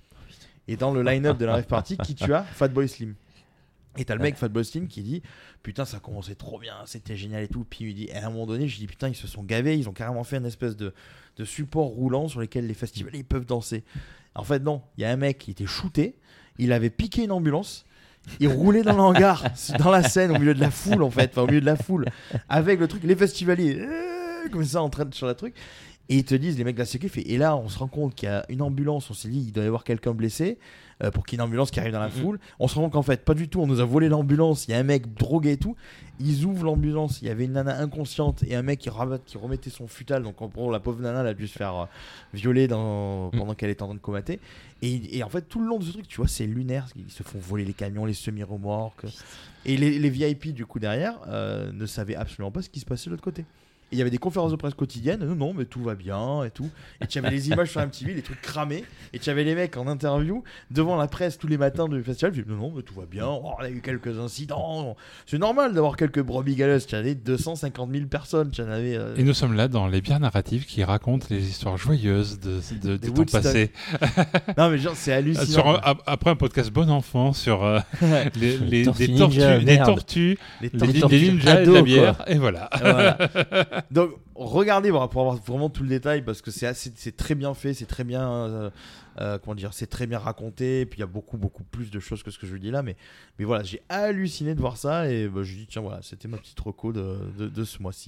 Et dans le line-up de la rave party, qui tu as? Fatboy Slim. Et t'as le mec Fatboy Slim qui dit putain, ça commençait trop bien, c'était génial et tout. Puis il dit, à un moment donné, je dis putain, ils se sont gavés, ils ont carrément fait une espèce de, de support roulant sur lequel les festivals ils peuvent danser. En fait, non, il y a un mec qui était shooté, il avait piqué une ambulance, il roulait dans le hangar, dans la scène, au milieu de la foule en fait, enfin au milieu de la foule, avec le truc, les festivaliers, euh, comme ça en train de sur le truc. Et ils te disent, les mecs de la sécu, fait, et là, on se rend compte qu'il y a une ambulance, on s'est dit, il doit y avoir quelqu'un blessé, euh, pour qu'il y ait une ambulance qui arrive dans la Mhm. foule. On se rend compte qu'en fait, pas du tout, on nous a volé l'ambulance, il y a un mec drogué et tout. Ils ouvrent l'ambulance, il y avait une nana inconsciente et un mec qui, rabat, qui remettait son futal. Donc, en gros, la pauvre nana, elle a dû se faire euh, violer dans, pendant Mhm. qu'elle était en train de comater. Et, et en fait, tout le long de ce truc, tu vois, c'est lunaire. Ils se font voler les camions, les semi-remorques. Et les, les V I P, du coup, derrière, euh, ne savaient absolument pas ce qui se passait de l'autre côté. Et il y avait des conférences de presse quotidiennes, non, non, mais tout va bien et tout. Et tu avais les images sur M T V, les trucs cramés. Et tu avais les mecs en interview devant la presse tous les matins du festival. Ils disaient, non, non, mais tout va bien. Oh, on a eu quelques incidents. C'est normal d'avoir quelques brebis galeuses. Tu avais deux cent cinquante mille personnes. Tu en avais. Euh... Et nous sommes là dans les bières narratives qui racontent les histoires joyeuses de, de, Des des temps Woodstock. passés. Non, mais genre, c'est hallucinant. Sur un- ap- après un podcast bon enfant sur euh, les, les, Tortues des tortues, ninja, des merde. tortues, les les, tortues. les tortues ninjas et de ados, la quoi. bière, et voilà. Voilà. Donc regardez voilà, pour avoir vraiment tout le détail parce que c'est assez, c'est très bien fait, c'est très bien, euh, euh, comment dire, c'est très bien raconté. Et puis il y a beaucoup beaucoup plus de choses que ce que je vous dis là, mais mais voilà, j'ai halluciné de voir ça et bah, je dis tiens voilà, c'était ma petite reco de, de, de ce mois-ci.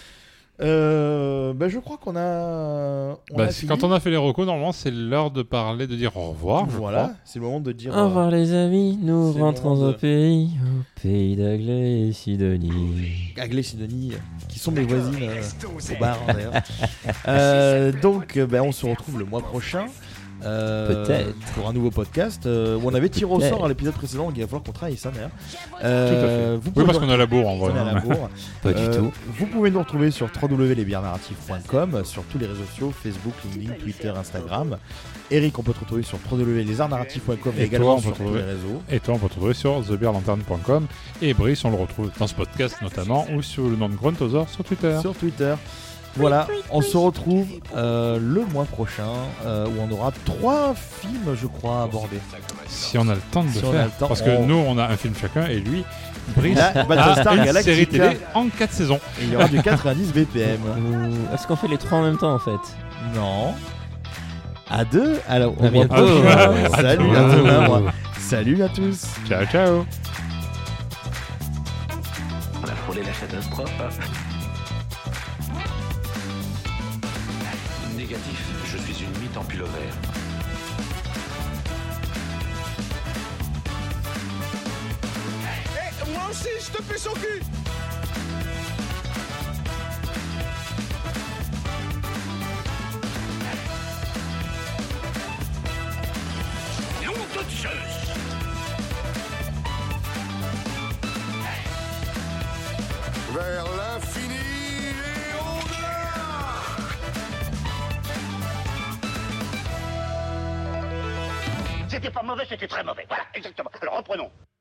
Euh, bah, je crois qu'on a. On Bah, a c'est- fini. quand on a fait les recos, normalement, c'est l'heure de parler, de dire au revoir. je Voilà, crois. c'est le moment de dire. Au revoir les amis, nous c'est le rentrons moment au de- pays, au pays d'Aglaé et Sidonie. Aglé et Sidonie, qui sont mes voisines euh, Restons au zen. bar hein, d'ailleurs. Euh, donc, euh, ben, on se retrouve le mois prochain. euh, Peut-être. Pour un nouveau podcast euh, où on avait tiré au Peut-être. sort à l'épisode précédent, donc il va falloir qu'on travaille ça d'ailleurs. Tout à Euh, fait. vous Oui, pouvez parce nous qu'on a la bourre en vrai. retrouver à la bourre. Pas du Euh, tout. Vous pouvez nous retrouver sur w w w point les bières narratives point com, sur tous les réseaux sociaux, Facebook, LinkedIn, Twitter, Instagram. Eric, on peut te retrouver sur w w w point les arts narratives point com et Et également toi, on peut sur tous trouver- les réseaux. Et toi, on peut te retrouver sur the beer lantern point com. Et Brice, on le retrouve dans ce podcast notamment, ou sur le nom de Gruntosaur sur Twitter. Sur Twitter. Voilà, on se retrouve euh, le mois prochain euh, où on aura trois films, je crois, abordés. Si on a le temps de Si le on a faire. le temps, Parce que on- nous, on a un film chacun, et lui, Brice, Là, a Battlestar une Galactica. série télé en quatre saisons. Et il y aura du quatre-vingt-dix B P M. Ou- Est-ce qu'on fait les trois en même temps en fait? Non. À deux. Alors, au À mois bientôt. prochain. À Salut bientôt. à demain, moi. Salut à tous. Ciao, ciao. On a frôlé la catastrophe. Négatif, je suis une mythe en pullover. Moi aussi, je te fais son cul. Nom de Zeus! Vers l'infini et au-delà. C'était pas mauvais, c'était très mauvais. Voilà, exactement. Alors reprenons.